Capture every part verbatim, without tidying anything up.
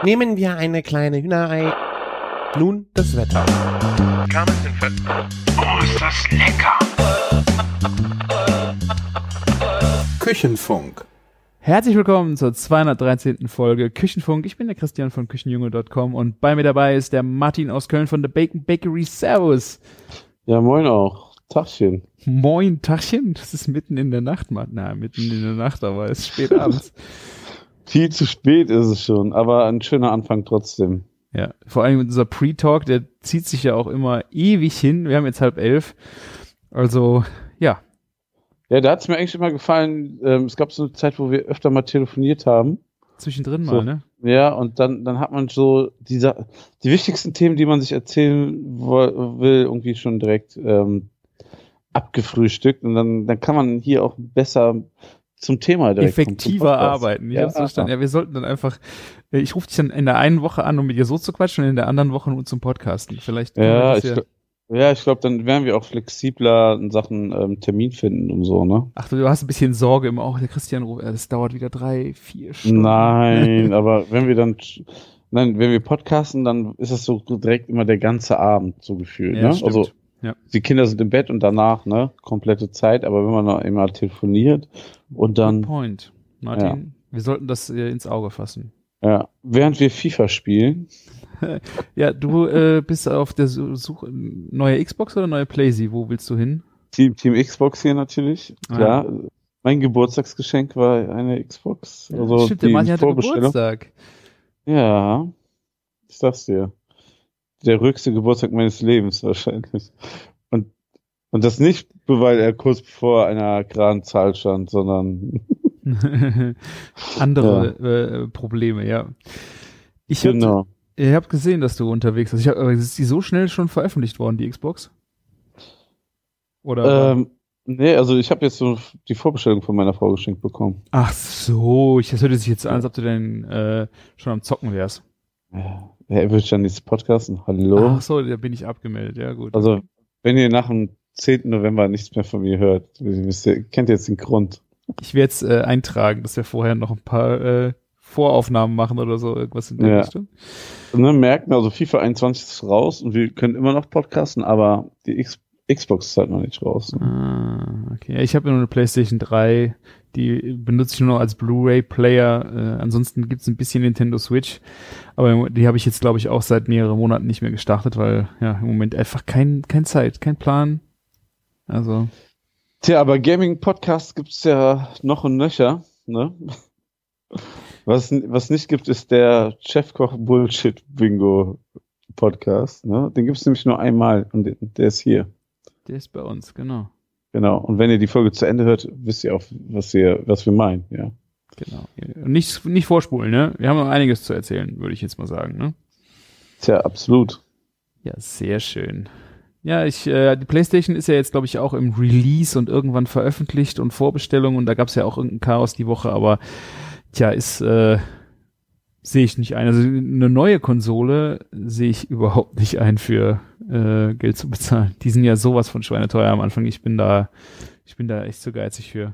Nehmen wir eine kleine Hühnerei. Nun das Wetter. Oh, ist das lecker! Küchenfunk. Herzlich willkommen zur zweihundertdreizehnten Folge Küchenfunk. Ich bin der Christian von Küchenjunge Punkt com und bei mir dabei ist der Martin aus Köln von The Bacon Bakery. Servus. Ja, moin auch. Tagchen. Moin, Tagchen. Das ist mitten in der Nacht, Mann. Na, mitten in der Nacht, aber es ist spät abends. Viel zu spät ist es schon, aber ein schöner Anfang trotzdem. Ja, vor allem unser Pre-Talk, der zieht sich ja auch immer ewig hin. Wir haben jetzt halb elf. Also, ja. Ja, da hat es mir eigentlich immer gefallen, ähm, es gab so eine Zeit, wo wir öfter mal telefoniert haben. Zwischendrin so, mal, ne? Ja, und dann, dann hat man so diese, die wichtigsten Themen, die man sich erzählen wo, will, irgendwie schon direkt ähm, abgefrühstückt. Und dann, dann kann man hier auch besser zum Thema direkt effektiver arbeiten. Ich ja, hab's verstanden. Ja, wir sollten dann einfach, ich rufe dich dann in der einen Woche an, um mit dir so zu quatschen und in der anderen Woche nur zum Podcasten. Vielleicht können wir Ja, das ich, ja ja, ich glaube, dann wären wir auch flexibler in Sachen ähm, Termin finden und so, ne? Ach, du hast ein bisschen Sorge immer auch, der Christian ruft, das dauert wieder drei, vier Stunden. Nein, aber wenn wir dann, nein, wenn wir podcasten, dann ist es so direkt immer der ganze Abend, so gefühlt, Ja, ne? stimmt. Also, Ja. die Kinder sind im Bett und danach, ne? Komplette Zeit, aber wenn man noch immer telefoniert und dann, Good point. Martin, wir sollten das äh, ins Auge fassen. ja, während wir FIFA spielen, Ja, du äh, bist auf der Suche, neue Xbox oder neue PlayStation? Wo willst du hin? Team, Team Xbox hier natürlich, Ah. klar. Mein Geburtstagsgeschenk war eine Xbox. Also Stimmt, der die Martin hatte Vorbestellung. Geburtstag. Ja, ich sag's dir. Der ruhigste Geburtstag meines Lebens wahrscheinlich. Und, und das nicht, weil er kurz vor einer geraden Zahl stand, sondern Andere äh, Probleme, ja. Ich hab, genau. ich habe gesehen, dass du unterwegs bist. Ich hab, ist die so schnell schon veröffentlicht worden, die Xbox? Oder? Ähm, nee, also ich habe jetzt so die Vorbestellung von meiner Frau geschenkt bekommen. Ach so, ich, das hört sich jetzt an, als ob du denn äh, schon am Zocken wärst. Ja, er wird dann dieses Podcasten. Hallo. Ach so, da bin ich abgemeldet, ja gut. Also, wenn ihr nach dem zehnten November nichts mehr von mir hört, wisst ihr, kennt ihr jetzt den Grund. Ich werde jetzt äh, eintragen, dass wir vorher noch ein paar äh, Voraufnahmen machen oder so, irgendwas in der Ja. Richtung. Und dann merken, also FIFA einundzwanzig ist raus und wir können immer noch podcasten, aber die X- Xbox ist halt noch nicht raus. Ne? Ah, okay. Ja, ich habe ja nur eine PlayStation drei, die benutze ich nur noch als Blu-ray-Player. Äh, ansonsten gibt's ein bisschen Nintendo Switch, aber die habe ich jetzt, glaube ich, auch seit mehreren Monaten nicht mehr gestartet, weil ja im Moment einfach kein kein Zeit, kein Plan. Also Tja, aber Gaming-Podcasts gibt's ja noch und nöcher, ne? Was, was nicht gibt, ist der Chefkoch-Bullshit-Bingo-Podcast, ne? Den gibt's nämlich nur einmal und der ist hier. der ist bei uns, genau. Genau. Und wenn ihr die Folge zu Ende hört, wisst ihr auch, was wir, was wir meinen, ja. Genau. Und nicht, nicht vorspulen, ne? Wir haben noch einiges zu erzählen, würde ich jetzt mal sagen, ne? Tja, absolut. Ja, sehr schön. Ja, ich, äh, die PlayStation ist ja jetzt, glaube ich, auch im Release und irgendwann veröffentlicht und Vorbestellung und da gab es ja auch irgendein Chaos die Woche, aber tja, ist, äh, sehe ich nicht ein. Also eine neue Konsole sehe ich überhaupt nicht ein, für äh, Geld zu bezahlen. Die sind ja sowas von schweineteuer am Anfang. Ich bin da, ich bin da echt zu geizig für.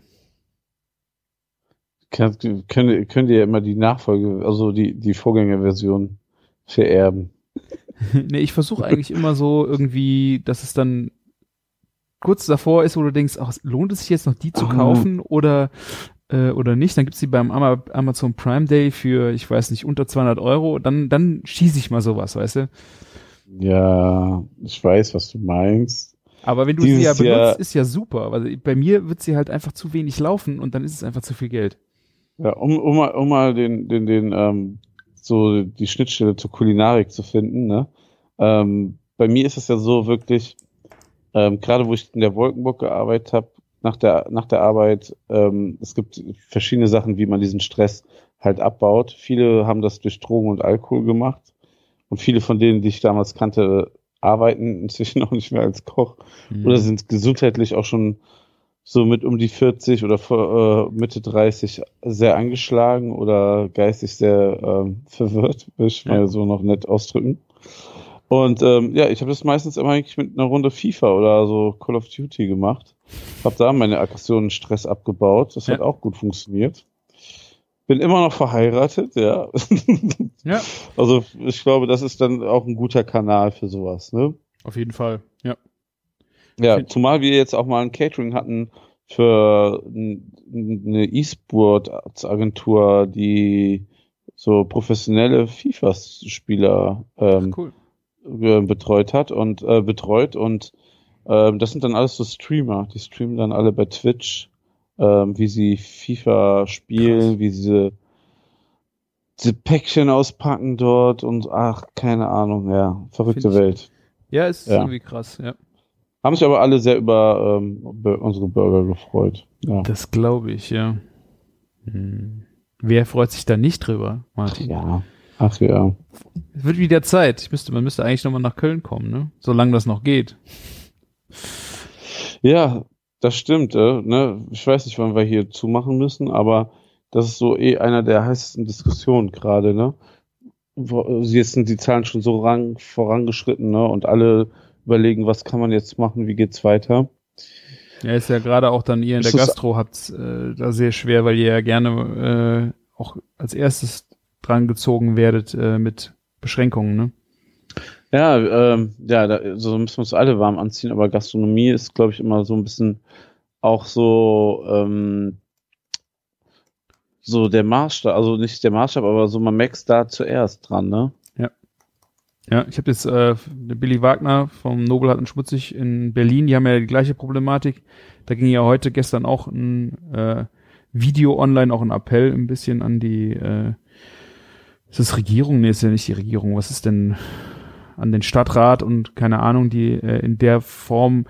Könnt, könnt, könnt ihr immer die Nachfolge, also die, die Vorgängerversion vererben. Nee, ich versuche eigentlich immer so irgendwie, dass es dann kurz davor ist, wo du denkst, ach, lohnt es sich jetzt noch die zu kaufen oder äh, oder nicht? Dann gibt's die beim Ama- Amazon Prime Day für, ich weiß nicht, unter zweihundert Euro. Dann dann schieße ich mal sowas, weißt du? Ja, ich weiß, was du meinst. Aber wenn du Dieses sie ja benutzt, Jahr- ist ja super. Also bei mir wird sie halt einfach zu wenig laufen und dann ist es einfach zu viel Geld. Ja, um, um mal, um mal den, den, den, ähm, so die Schnittstelle zur Kulinarik zu finden, ne? Ähm, bei mir ist es ja so wirklich, ähm, gerade wo ich in der Wolkenburg gearbeitet habe, nach der, nach der Arbeit, ähm, es gibt verschiedene Sachen, wie man diesen Stress halt abbaut. Viele haben das durch Drogen und Alkohol gemacht und viele von denen, die ich damals kannte, arbeiten inzwischen auch nicht mehr als Koch Mhm. oder sind gesundheitlich auch schon so mit um die vierzig oder vor, äh, Mitte dreißig sehr angeschlagen oder geistig sehr ähm, verwirrt, will ich mal Ja. so noch nett ausdrücken. Und ähm, ja, ich habe das meistens immer eigentlich mit einer Runde FIFA oder so Call of Duty gemacht. Habe da meine Aggressionen, Stress abgebaut. Das hat Ja. auch gut funktioniert. bin immer noch verheiratet, ja. Ja. Also ich glaube, das ist dann auch ein guter Kanal für sowas, ne? Auf jeden Fall, ja. Ja, Find- zumal wir jetzt auch mal ein Catering hatten für n- eine E-Sport-Agentur, die so professionelle FIFA-Spieler ähm, Ach, cool. äh, betreut hat und äh, betreut und ähm, das sind dann alles so Streamer, die streamen dann alle bei Twitch, ähm, wie sie FIFA spielen, Krass. wie sie diese Päckchen auspacken dort und ach, keine Ahnung, ja, verrückte Find ich- Welt. Ja, ist Ja. irgendwie krass, ja. Haben sich aber alle sehr über ähm, be- unsere Burger gefreut. Ja. Das glaube ich, ja. Hm. Wer freut sich da nicht drüber, Martin? ja. Ach ja. Es wird wieder Zeit. Ich müsste, man müsste eigentlich nochmal nach Köln kommen, ne? Solange das noch geht. Ja, das stimmt. Äh, ne? Ich weiß nicht, wann wir hier zumachen müssen, aber das ist so eh einer der heißesten Diskussionen gerade, ne? Wo- Jetzt sind die Zahlen schon so ran, vorangeschritten, ne? Und alle überlegen, was kann man jetzt machen, wie geht's weiter? Ja, ist ja gerade auch dann ihr in der Ist das- Gastro habt äh, da sehr schwer, weil ihr ja gerne äh, auch als erstes dran gezogen werdet äh, mit Beschränkungen, ne? Ja, ähm, ja, da, so müssen wir uns alle warm anziehen, aber Gastronomie ist, glaube ich, immer so ein bisschen auch so, ähm, so der Maßstab, also nicht der Maßstab, aber so man merkt da zuerst dran, ne? Ja, ich habe jetzt äh, Billy Wagner vom Nobel hat und Schmutzig in Berlin, die haben ja die gleiche Problematik. Da ging ja heute, gestern auch ein äh, Video online, auch ein Appell ein bisschen an die, äh, ist das Regierung? Nee, ist ja nicht die Regierung. Was ist denn an den Stadtrat und keine Ahnung, die äh, in der Form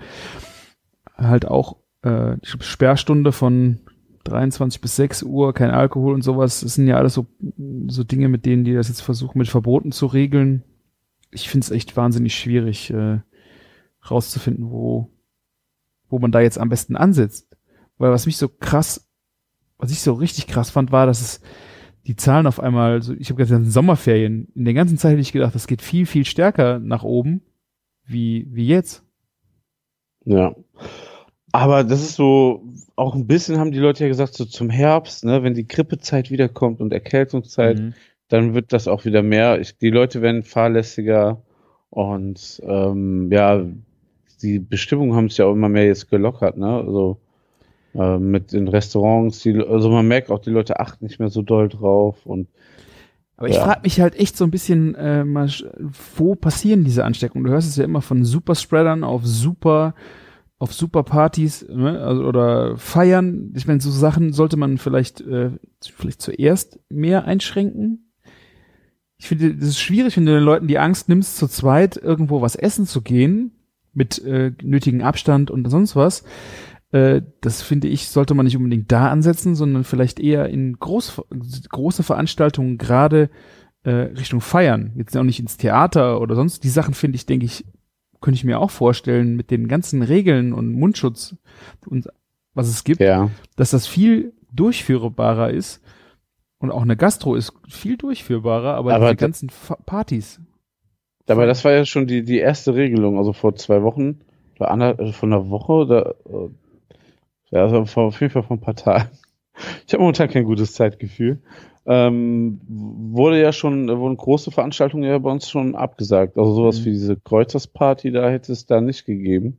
halt auch, äh, ich glaube, Sperrstunde von dreiundzwanzig bis sechs Uhr, kein Alkohol und sowas. Das sind ja alles so, so Dinge, mit denen die das jetzt versuchen, mit Verboten zu regeln. Ich finde es echt wahnsinnig schwierig, äh, rauszufinden, wo, wo man da jetzt am besten ansetzt. Weil was mich so krass, was ich so richtig krass fand, war, dass es die Zahlen auf einmal, so, ich habe gesagt, in den Sommerferien, in der ganzen Zeit hätte ich gedacht, das geht viel, viel stärker nach oben, wie, wie jetzt. Ja. Aber das ist so, auch ein bisschen haben die Leute ja gesagt, so zum Herbst, ne, wenn die Grippezeit wiederkommt und Erkältungszeit, Mhm. dann wird das auch wieder mehr. Ich, die Leute werden fahrlässiger und ähm, ja, die Bestimmungen haben es ja auch immer mehr jetzt gelockert, ne? Also äh, mit den Restaurants, die, also man merkt auch, die Leute achten nicht mehr so doll drauf und Aber ich Ja. frage mich halt echt so ein bisschen, äh, mal, sch- wo passieren diese Ansteckungen? Du hörst es ja immer von Superspreadern auf super, auf super Partys, ne? Also, oder Feiern. Ich meine, so Sachen sollte man vielleicht, äh, vielleicht zuerst mehr einschränken. Ich finde, das ist schwierig, wenn du den Leuten die Angst nimmst, zu zweit irgendwo was essen zu gehen, mit äh, nötigem Abstand und sonst was. Äh, das finde ich, sollte man nicht unbedingt da ansetzen, sondern vielleicht eher in groß, große Veranstaltungen, gerade äh, Richtung Feiern. Jetzt auch nicht ins Theater oder sonst. Die Sachen finde ich, denke ich, könnte ich mir auch vorstellen, mit den ganzen Regeln und Mundschutz und was es gibt, ja. dass das viel durchführbarer ist. Und auch eine Gastro ist viel durchführbarer, aber, Aber diese da- ganzen Fa- Partys. Aber das war ja schon die, die erste Regelung, also vor zwei Wochen, oder ander, also vor einer Woche, oder, äh, ja, also vor, auf jeden Fall vor ein paar Tagen. Ich habe momentan kein gutes Zeitgefühl. Ähm, wurde ja schon, wurden große Veranstaltungen ja bei uns schon abgesagt. Also sowas Mhm. wie diese Kreuzersparty, da hätte es da nicht gegeben.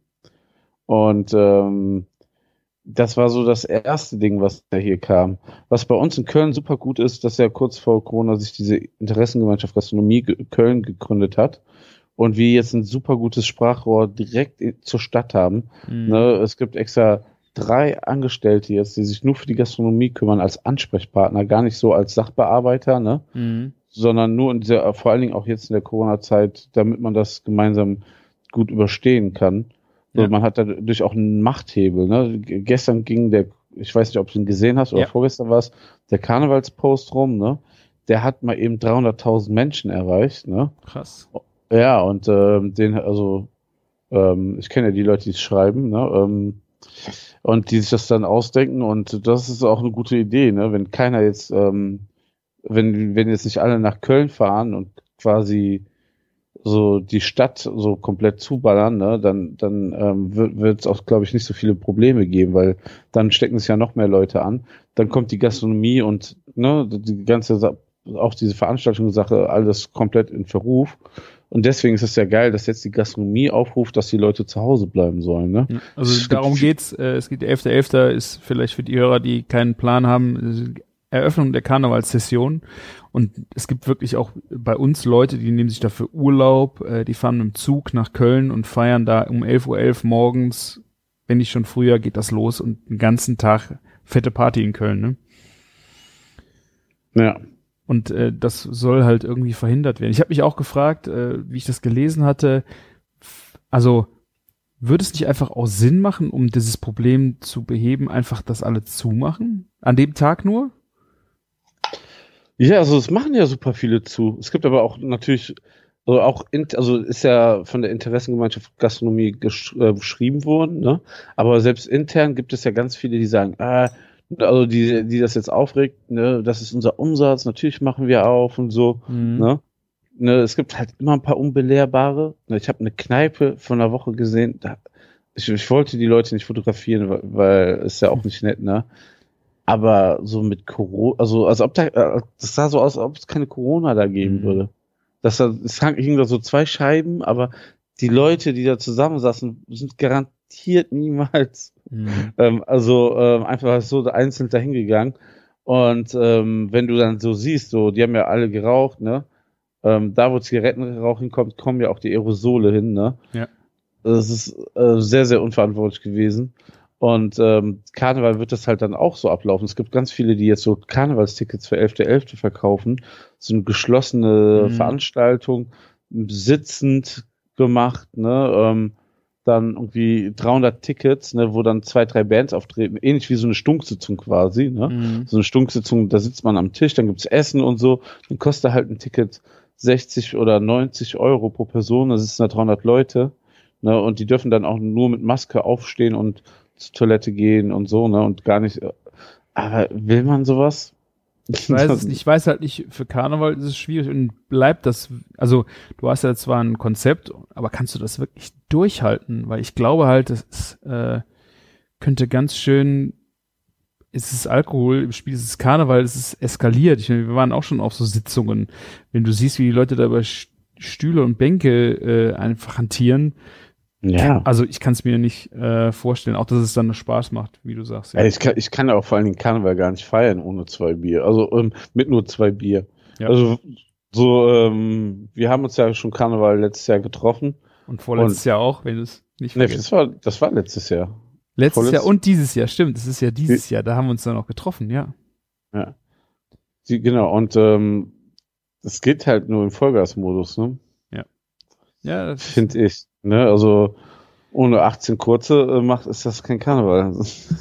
Und ähm, das war so das erste Ding, was da hier kam. Was bei uns in Köln super gut ist, dass ja kurz vor Corona sich diese Interessengemeinschaft Gastronomie Ge- Köln gegründet hat und wir jetzt ein super gutes Sprachrohr direkt i- zur Stadt haben. Mhm. Ne, es gibt extra drei Angestellte jetzt, die sich nur für die Gastronomie kümmern als Ansprechpartner, gar nicht so als Sachbearbeiter, ne, Mhm. sondern nur in dieser, vor allen Dingen auch jetzt in der Corona-Zeit, damit man das gemeinsam gut überstehen kann. So, Ja. man hat dadurch auch einen Machthebel. Ne? G- Gestern ging der, ich weiß nicht, ob du ihn gesehen hast oder Ja. vorgestern war es, der Karnevalspost rum. Ne? Der hat mal eben dreihunderttausend Menschen erreicht. Ne? Krass. Ja, und ähm, den, also ähm, ich kenne ja die Leute, die es schreiben, ne? ähm, und die sich das dann ausdenken. Und das ist auch eine gute Idee, ne? Wenn keiner jetzt, ähm, wenn wenn jetzt nicht alle nach Köln fahren und quasi so die Stadt so komplett zuballern, ne, dann, dann ähm, wird es auch, glaube ich, nicht so viele Probleme geben, weil dann stecken es ja noch mehr Leute an. Dann kommt die Gastronomie und ne, die ganze, Sa- auch diese Veranstaltungssache, alles komplett in Verruf. Und deswegen ist es ja geil, dass jetzt die Gastronomie aufruft, dass die Leute zu Hause bleiben sollen. Ne? Also Es darum gibt- geht's. Äh, es geht der elfter elfter ist vielleicht für die Hörer, die keinen Plan haben, Eröffnung der Karnevalssession. Und es gibt wirklich auch bei uns Leute, die nehmen sich dafür Urlaub, äh, die fahren mit dem Zug nach Köln und feiern da um elf Uhr elf morgens, wenn nicht schon früher, geht das los und den ganzen Tag fette Party in Köln, ne? Ja. Und äh, das soll halt irgendwie verhindert werden. Ich habe mich auch gefragt, äh, wie ich das gelesen hatte, f- also würde es nicht einfach auch Sinn machen, um dieses Problem zu beheben, einfach das alle zumachen? An dem Tag nur? Ja, also es machen ja super viele zu. Es gibt aber auch natürlich, also auch, in, also ist ja von der Interessengemeinschaft Gastronomie gesch äh, beschrieben worden, ne? Aber selbst intern gibt es ja ganz viele, die sagen, ah, also die, die das jetzt aufregt, ne, das ist unser Umsatz, natürlich machen wir auf und so, Mhm. ne? Ne, es gibt halt immer ein paar Unbelehrbare. Ne, ich habe eine Kneipe von einer Woche gesehen, da, ich, ich wollte die Leute nicht fotografieren, weil, weil ist ja auch nicht nett, ne? Aber so mit Corona, also als ob da, äh, das sah so aus, als ob es keine Corona da geben Mhm. würde. Das, da- es hang- hingen da so zwei Scheiben, aber die Leute, die da zusammensaßen, sind garantiert niemals, Mhm. ähm, also ähm, einfach so einzeln dahingegangen. Und ähm, wenn du dann so siehst, so, die haben ja alle geraucht, ne? Ähm, da, wo Zigarettenrauch hinkommt, kommen ja auch die Aerosole hin, ne? Ja. Das ist äh, sehr, sehr unverantwortlich gewesen. Und ähm, Karneval wird das halt dann auch so ablaufen. Es gibt ganz viele, die jetzt so Karnevalstickets für elfter elfter verkaufen. So eine geschlossene Mhm. Veranstaltung, sitzend gemacht, ne? Ähm, dann irgendwie dreihundert Tickets, ne, wo dann zwei, drei Bands auftreten, ähnlich wie so eine Stunksitzung quasi, ne? Mhm. So eine Stunksitzung, da sitzt man am Tisch, dann gibt's Essen und so, dann kostet halt ein Ticket sechzig oder neunzig Euro pro Person, da sitzen da dreihundert Leute, ne, und die dürfen dann auch nur mit Maske aufstehen und zur Toilette gehen und so, ne, und gar nicht, aber will man sowas? Ich weiß es nicht. Ich weiß halt nicht, für Karneval ist es schwierig und bleibt das, also du hast ja zwar ein Konzept, aber kannst du das wirklich durchhalten? Weil ich glaube halt, das ist, äh, könnte ganz schön, es ist Alkohol im Spiel, es ist Karneval, es ist eskaliert. Ich meine, wir waren auch schon auf so Sitzungen. Wenn du siehst, wie die Leute da über St- Stühle und Bänke äh, einfach hantieren, Ja. also ich kann es mir nicht äh, vorstellen, auch dass es dann Spaß macht, wie du sagst. Ja. Ey, ich, kann, ich kann ja auch vor allen Dingen Karneval gar nicht feiern ohne zwei Bier. Also ähm, mit nur zwei Bier. Ja. Also so, ähm, wir haben uns ja schon Karneval letztes Jahr getroffen. Und vorletztes und- Jahr auch, wenn du es nicht Ne, vergisst. das war, das war letztes Jahr. Letztes vorletzt- Jahr und dieses Jahr, stimmt. Es ist ja dieses Jahr, da haben wir uns dann auch getroffen, ja. Ja. Die, genau, und ähm, es geht halt nur im Vollgasmodus, ne? Ja, das ist, Finde ich. Ne? Also ohne achtzehn Kurze äh, macht, ist das kein Karneval.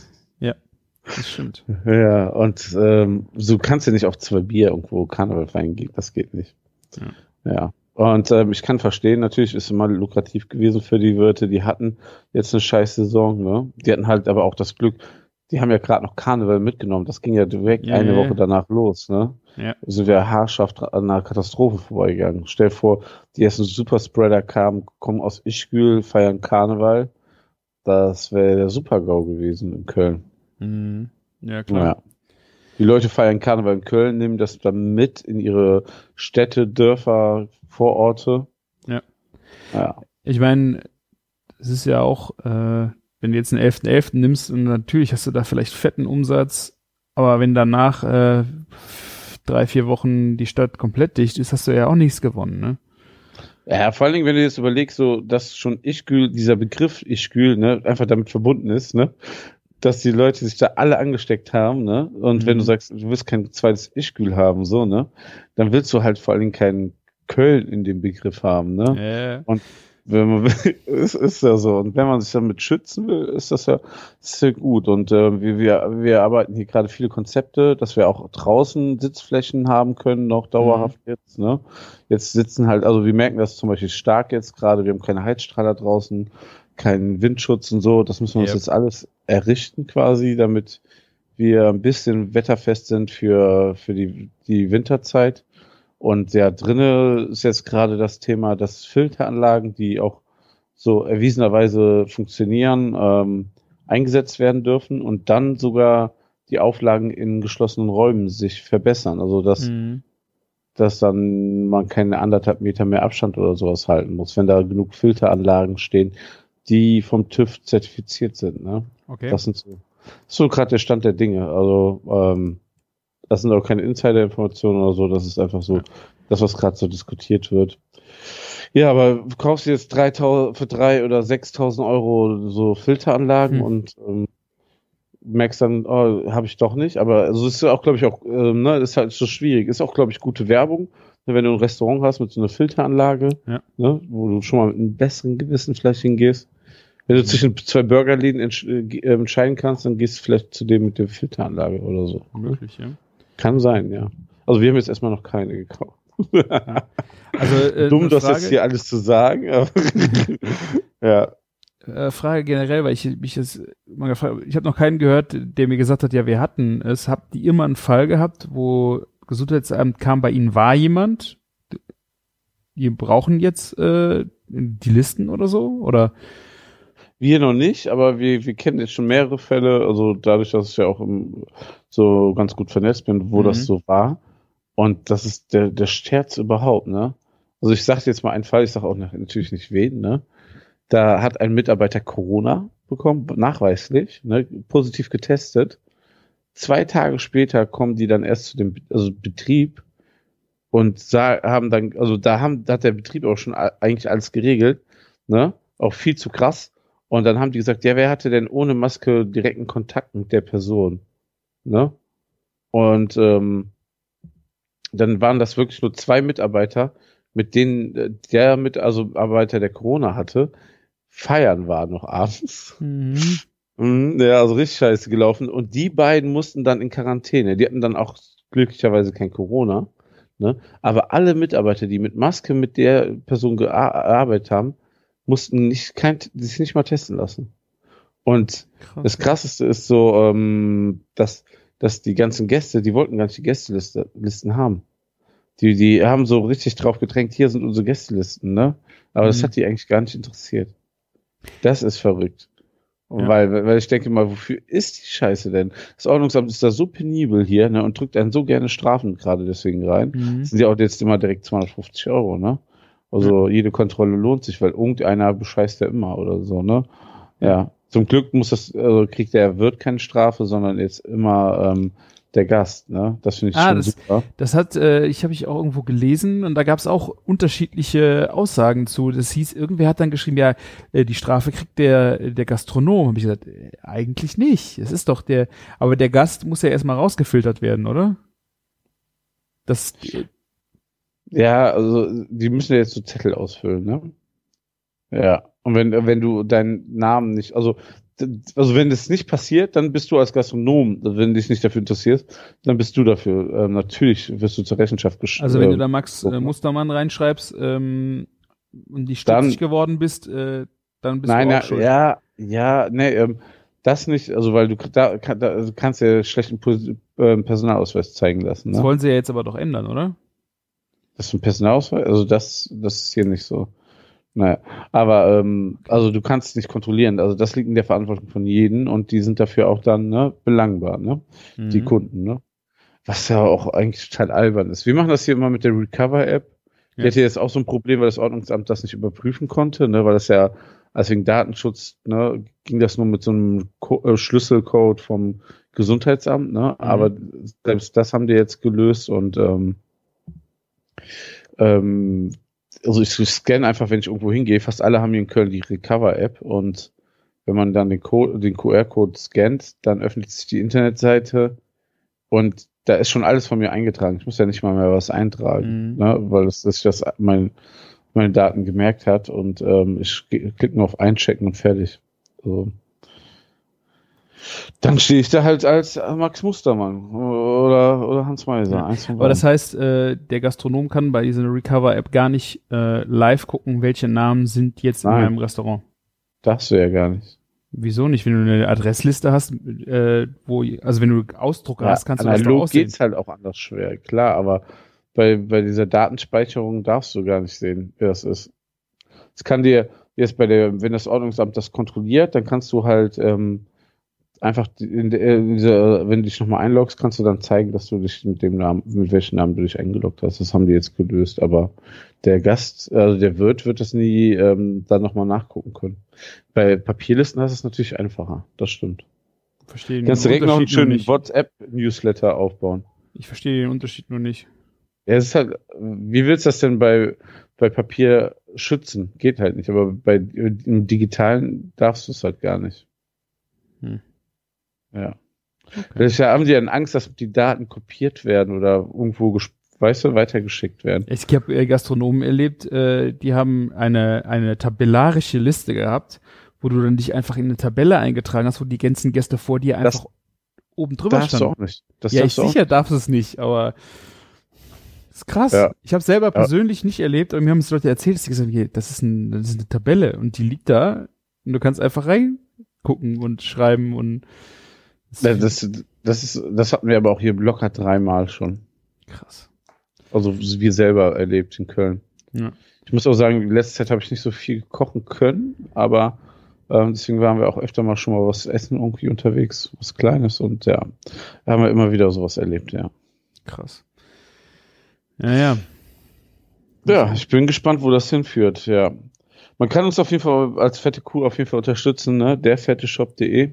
das stimmt. Ja, und ähm, so kannst du nicht auf zwei Bier irgendwo Karneval feiern gehen. Das geht nicht. Ja. Ja. Und ähm, ich kann verstehen, natürlich ist es mal lukrativ gewesen für die Wirte, die hatten jetzt eine scheiß Saison, ne? Die hatten halt aber auch das Glück, die haben ja gerade noch Karneval mitgenommen. Das ging ja direkt Ja, eine ja, Woche ja. danach los, ne? Ja. Sind wir haarscharf an einer Katastrophe vorbeigegangen. Stell dir vor, die ersten Superspreader kamen, kommen aus Ischgl, feiern Karneval. Das wäre der Super-GAU gewesen in Köln. Mhm. Ja, klar. Ja. Die Leute feiern Karneval in Köln, nehmen das dann mit in ihre Städte, Dörfer, Vororte. Ja. Ja. Ich meine, es ist ja auch, äh, wenn du jetzt den elfter elfter nimmst und natürlich hast du da vielleicht fetten Umsatz, aber wenn danach äh, drei, vier Wochen die Stadt komplett dicht ist, hast du ja auch nichts gewonnen, ne? Ja, vor allen Dingen, wenn du jetzt überlegst, so, dass schon Ischgl, dieser Begriff Ischgl, ne, einfach damit verbunden ist, ne, dass die Leute sich da alle angesteckt haben, ne, und Mhm. wenn du sagst, du willst kein zweites Ischgl haben, so, ne, dann willst du halt vor allen Dingen keinen Köln in dem Begriff haben, ne. Ja. Wenn man will, ist, ist ja so. Und wenn man sich damit schützen will, ist das ja, ist ja gut. Und äh, wir, wir, wir arbeiten hier gerade viele Konzepte, dass wir auch draußen Sitzflächen haben können, noch dauerhaft jetzt. Ne? Jetzt sitzen halt, also wir merken das zum Beispiel stark jetzt gerade, wir haben keine Heizstrahler draußen, keinen Windschutz und so. Das müssen wir uns Yep. jetzt alles errichten quasi, damit wir ein bisschen wetterfest sind für, für die, die Winterzeit. Und ja, drinne ist jetzt gerade das Thema, dass Filteranlagen, die auch so erwiesenerweise funktionieren, ähm, eingesetzt werden dürfen und dann sogar die Auflagen in geschlossenen Räumen sich verbessern. Also dass, Mhm. dass dann man keine anderthalb Meter mehr Abstand oder sowas halten muss, wenn da genug Filteranlagen stehen, die vom TÜV zertifiziert sind. Ne? Okay. Das sind so, das ist so gerade der Stand der Dinge. Also ähm, das sind auch keine Insider-Informationen oder so, das ist einfach so das, was gerade so diskutiert wird. Ja, aber du kaufst jetzt dreitausend für drei oder sechstausend Euro so Filteranlagen Hm. und ähm, merkst dann, oh, habe ich doch nicht. Aber also es ist auch, glaube ich, auch, ähm, ne, ist halt so schwierig. Ist auch, glaube ich, gute Werbung, wenn du ein Restaurant hast mit so einer Filteranlage, Ja. ne, wo du schon mal mit einem besseren Gewissen vielleicht hingehst. Wenn du zwischen zwei Burgerläden entsch äh, entscheiden kannst, dann gehst du vielleicht zu dem mit der Filteranlage oder so. Möglich, ja. Kann sein, ja. Also wir haben jetzt erstmal noch keine gekauft. Also, äh, Dumm, eine das Frage- jetzt hier alles zu sagen, aber ja. Äh, Frage generell, weil ich mich jetzt mal gefragt, ich habe noch keinen gehört, der mir gesagt hat, ja, wir hatten es. Habt ihr immer einen Fall gehabt, wo Gesundheitsamt kam, bei Ihnen war jemand, die brauchen jetzt äh, die Listen oder so? Oder? Wir noch nicht, aber wir, wir kennen jetzt schon mehrere Fälle, also dadurch, dass ich ja auch im, so ganz gut vernetzt bin, wo Mhm. das so war. Und das ist der, der Scherz überhaupt, ne? Also ich sage jetzt mal einen Fall, ich sage auch natürlich nicht wen, ne? Da hat ein Mitarbeiter Corona bekommen, nachweislich, ne? Positiv getestet. Zwei Tage später kommen die dann erst zu dem also Betrieb und sa- haben dann, also da haben, da hat der Betrieb auch schon a- eigentlich alles geregelt, ne? Auch viel zu krass. Und dann haben die gesagt, ja, wer hatte denn ohne Maske direkten Kontakt mit der Person, ne? Und ähm, dann waren das wirklich nur zwei Mitarbeiter, mit denen äh, der mit, also Mitarbeiter, der Corona hatte, feiern war noch abends. Mhm. Mhm, ja, also richtig scheiße gelaufen. Und die beiden mussten dann in Quarantäne. Die hatten dann auch glücklicherweise kein Corona. Ne? Aber alle Mitarbeiter, die mit Maske mit der Person gearbeitet haben, mussten nicht, kein, sich nicht mal testen lassen. Und Krass. das Krasseste ist so, ähm, dass, dass die ganzen Gäste, die wollten gar nicht die Gästeliste, Listen haben. Die, die haben so richtig drauf gedrängt, hier sind unsere Gästelisten, ne? Aber das Mhm. hat die eigentlich gar nicht interessiert. Das ist verrückt. Ja. Weil, weil ich denke mal, wofür ist die Scheiße denn? Das Ordnungsamt ist da so penibel hier, ne, und drückt einen so gerne Strafen gerade deswegen rein. Mhm. Das sind ja auch jetzt immer direkt zweihundertfünfzig Euro, ne? Also jede Kontrolle lohnt sich, weil irgendeiner bescheißt ja immer oder so, ne? Ja. Zum Glück muss das, also kriegt der Wirt keine Strafe, sondern jetzt immer ähm, der Gast, ne? Das finde ich Ah, schon das- super. Das hat, äh, ich habe ich auch irgendwo gelesen und da gab es auch unterschiedliche Aussagen zu. Das hieß, irgendwer hat dann geschrieben, ja, äh, die Strafe kriegt der der Gastronom. Habe ich gesagt, äh, eigentlich nicht. Es ist doch der, aber der Gast muss ja erstmal rausgefiltert werden, oder? Das, Ja, also die müssen ja jetzt so Zettel ausfüllen, ne? Ja. Und wenn, wenn du deinen Namen nicht, also, also wenn das nicht passiert, dann bist du als Gastronom, wenn du dich nicht dafür interessierst, dann bist du dafür. Ähm, natürlich wirst du zur Rechenschaft gestellt. also wenn du da Max so, äh, ne? Mustermann reinschreibst ähm, und die Dann- stutzig geworden bist, äh, dann bist Nein, du auch ja, schuld. ja, ja, nee, ähm, das nicht, also weil du da, kann, da also kannst ja schlechten Pos- ähm, Personalausweis zeigen lassen, Das ne? wollen sie ja jetzt aber doch ändern, oder? Das ist ein Personalausweis? Also das, das ist hier nicht so. Naja, aber ähm, also du kannst es nicht kontrollieren. Also das liegt in der Verantwortung von jedem und die sind dafür auch dann ne, belangbar, ne? Die Mhm. Kunden, ne? Was ja auch eigentlich total albern ist. Wir machen das hier immer mit der Recover-App. Die Ja. hatte jetzt auch so ein Problem, weil das Ordnungsamt das nicht überprüfen konnte, ne? Weil das ja, also wegen Datenschutz, ne, ging das nur mit so einem Co äh, Schlüsselcode vom Gesundheitsamt, ne? Aber selbst das haben die jetzt gelöst und ähm, ähm, also ich scanne einfach, wenn ich irgendwo hingehe, fast alle haben hier in Köln die Recover-App und wenn man dann den, Co den Q R-Code scannt, dann öffnet sich die Internetseite und da ist schon alles von mir eingetragen. Ich muss ja nicht mal mehr was eintragen, Mhm. ne, weil das, das, das mein, meine Daten gemerkt hat und ähm, ich klicke nur auf Einchecken und fertig. So. Dann stehe ich da halt als Max Mustermann oder, oder Hans Meiser. Ja. Eins von Aber das beiden. heißt, äh, der Gastronom kann bei dieser Recover-App gar nicht äh, live gucken, welche Namen sind jetzt in Nein. meinem Restaurant. Darfst du ja gar nicht. Wieso nicht? Wenn du eine Adressliste hast, äh, wo, also wenn du Ausdrucke hast, kannst du das doch analog aussehen. geht's halt auch anders schwer, klar, aber bei, bei dieser Datenspeicherung darfst du gar nicht sehen, wer das ist. Es kann dir jetzt bei der, wenn das Ordnungsamt das kontrolliert, dann kannst du halt ähm, einfach in der, in dieser, wenn du dich nochmal einloggst, kannst du dann zeigen, dass du dich mit dem Namen, mit welchem Namen du dich eingeloggt hast. Das haben die jetzt gelöst, aber der Gast, also der Wirt wird das nie ähm, dann nochmal nachgucken können. Bei Papierlisten hast du es natürlich einfacher, das stimmt. Verstehe du kannst direkt noch einen schönen WhatsApp-Newsletter aufbauen. Ich verstehe den Unterschied nur nicht. Ja, es ist halt, wie willst du das denn bei, bei Papier schützen? Geht halt nicht, aber bei im Digitalen darfst du es halt gar nicht. Hm. Ja. Okay. Da haben die dann Angst, dass die Daten kopiert werden oder irgendwo, weißt du, weitergeschickt werden. Ich habe äh, Gastronomen erlebt, äh, die haben eine, eine tabellarische Liste gehabt, wo du dann dich einfach in eine Tabelle eingetragen hast, wo die ganzen Gäste vor dir einfach das oben drüber darfst standen. Du auch nicht. Das ja, ich sicher darf es nicht, aber das ist krass. Ja. Ich habe selber persönlich ja. nicht erlebt, aber mir haben es Leute erzählt, dass die gesagt haben, das ist, ein, das ist eine Tabelle und die liegt da und du kannst einfach reingucken und schreiben und das, das, das, ist, das hatten wir aber auch hier locker dreimal schon. Krass. Also wir selber erlebt in Köln. Ja. Ich muss auch sagen, die letzte Zeit habe ich nicht so viel kochen können, aber ähm, deswegen waren wir auch öfter mal schon mal was essen irgendwie unterwegs, was Kleines und ja, da haben wir immer wieder sowas erlebt, ja. Krass. Ja, ja. Ja, ich bin gespannt, wo das hinführt, ja. Man kann uns auf jeden Fall als fette Kuh auf jeden Fall unterstützen, ne? der fette shop punkt de.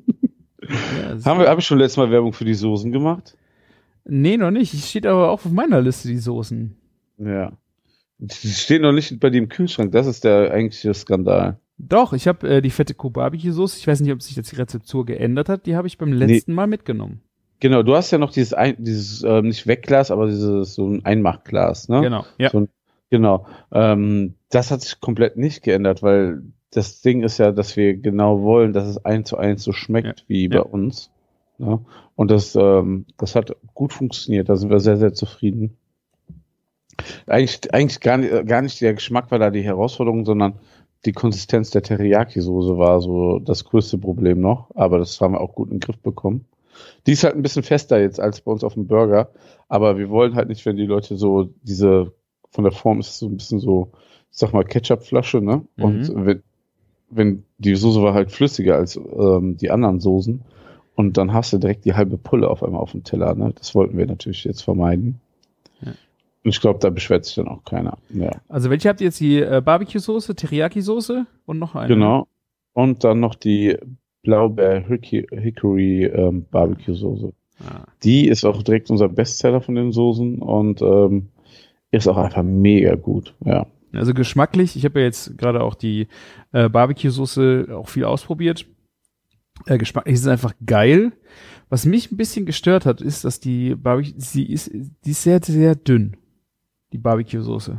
Ja, haben wir, habe ich schon letztes Mal Werbung für die Soßen gemacht? Nee, noch nicht. Es steht aber auch auf meiner Liste, die Soßen. Ja. Die stehen noch nicht bei dir im Kühlschrank, das ist der eigentliche Skandal. Doch, ich habe äh, die fette Kuh Barbecue-Soße, ich weiß nicht, ob sich jetzt die Rezeptur geändert hat, die habe ich beim letzten nee. Mal mitgenommen. Genau, du hast ja noch dieses, ein, dieses äh, nicht Wegglas, aber dieses so ein Einmachglas, ne? Genau, ja. So ein, genau. Ähm, das hat sich komplett nicht geändert, weil das Ding ist ja, dass wir genau wollen, dass es eins zu eins so schmeckt ja. wie bei ja. uns. Ne? Und das, ähm, das hat gut funktioniert, da sind wir sehr, sehr zufrieden. Eigentlich, eigentlich gar nicht, gar nicht der Geschmack war da die Herausforderung, sondern die Konsistenz der Teriyaki-Soße war so das größte Problem noch, aber das haben wir auch gut in den Griff bekommen. Die ist halt ein bisschen fester jetzt als bei uns auf dem Burger, aber wir wollen halt nicht, wenn die Leute so diese, von der Form ist es so ein bisschen so, ich sag mal Ketchupflasche, ne? Mhm. Und wenn, wenn die Soße war halt flüssiger als ähm, die anderen Soßen und dann hast du direkt die halbe Pulle auf einmal auf dem Teller, ne? Das wollten wir natürlich jetzt vermeiden. Ja. Und ich glaube, da beschwert sich dann auch keiner. Ja. Also welche habt ihr jetzt? Die äh, Barbecue-Soße, Teriyaki-Soße und noch eine? Genau. Und dann noch die Blaubeer-Hickory ähm, Barbecue-Soße. Ah. Die ist auch direkt unser Bestseller von den Soßen und ähm, ist auch einfach mega gut, ja. Also geschmacklich, ich habe ja jetzt gerade auch die äh, Barbecue-Soße auch viel ausprobiert. Äh, geschmacklich ist es einfach geil. Was mich ein bisschen gestört hat, ist, dass die Barbecue, sie ist, die ist sehr, sehr dünn, die Barbecue-Soße.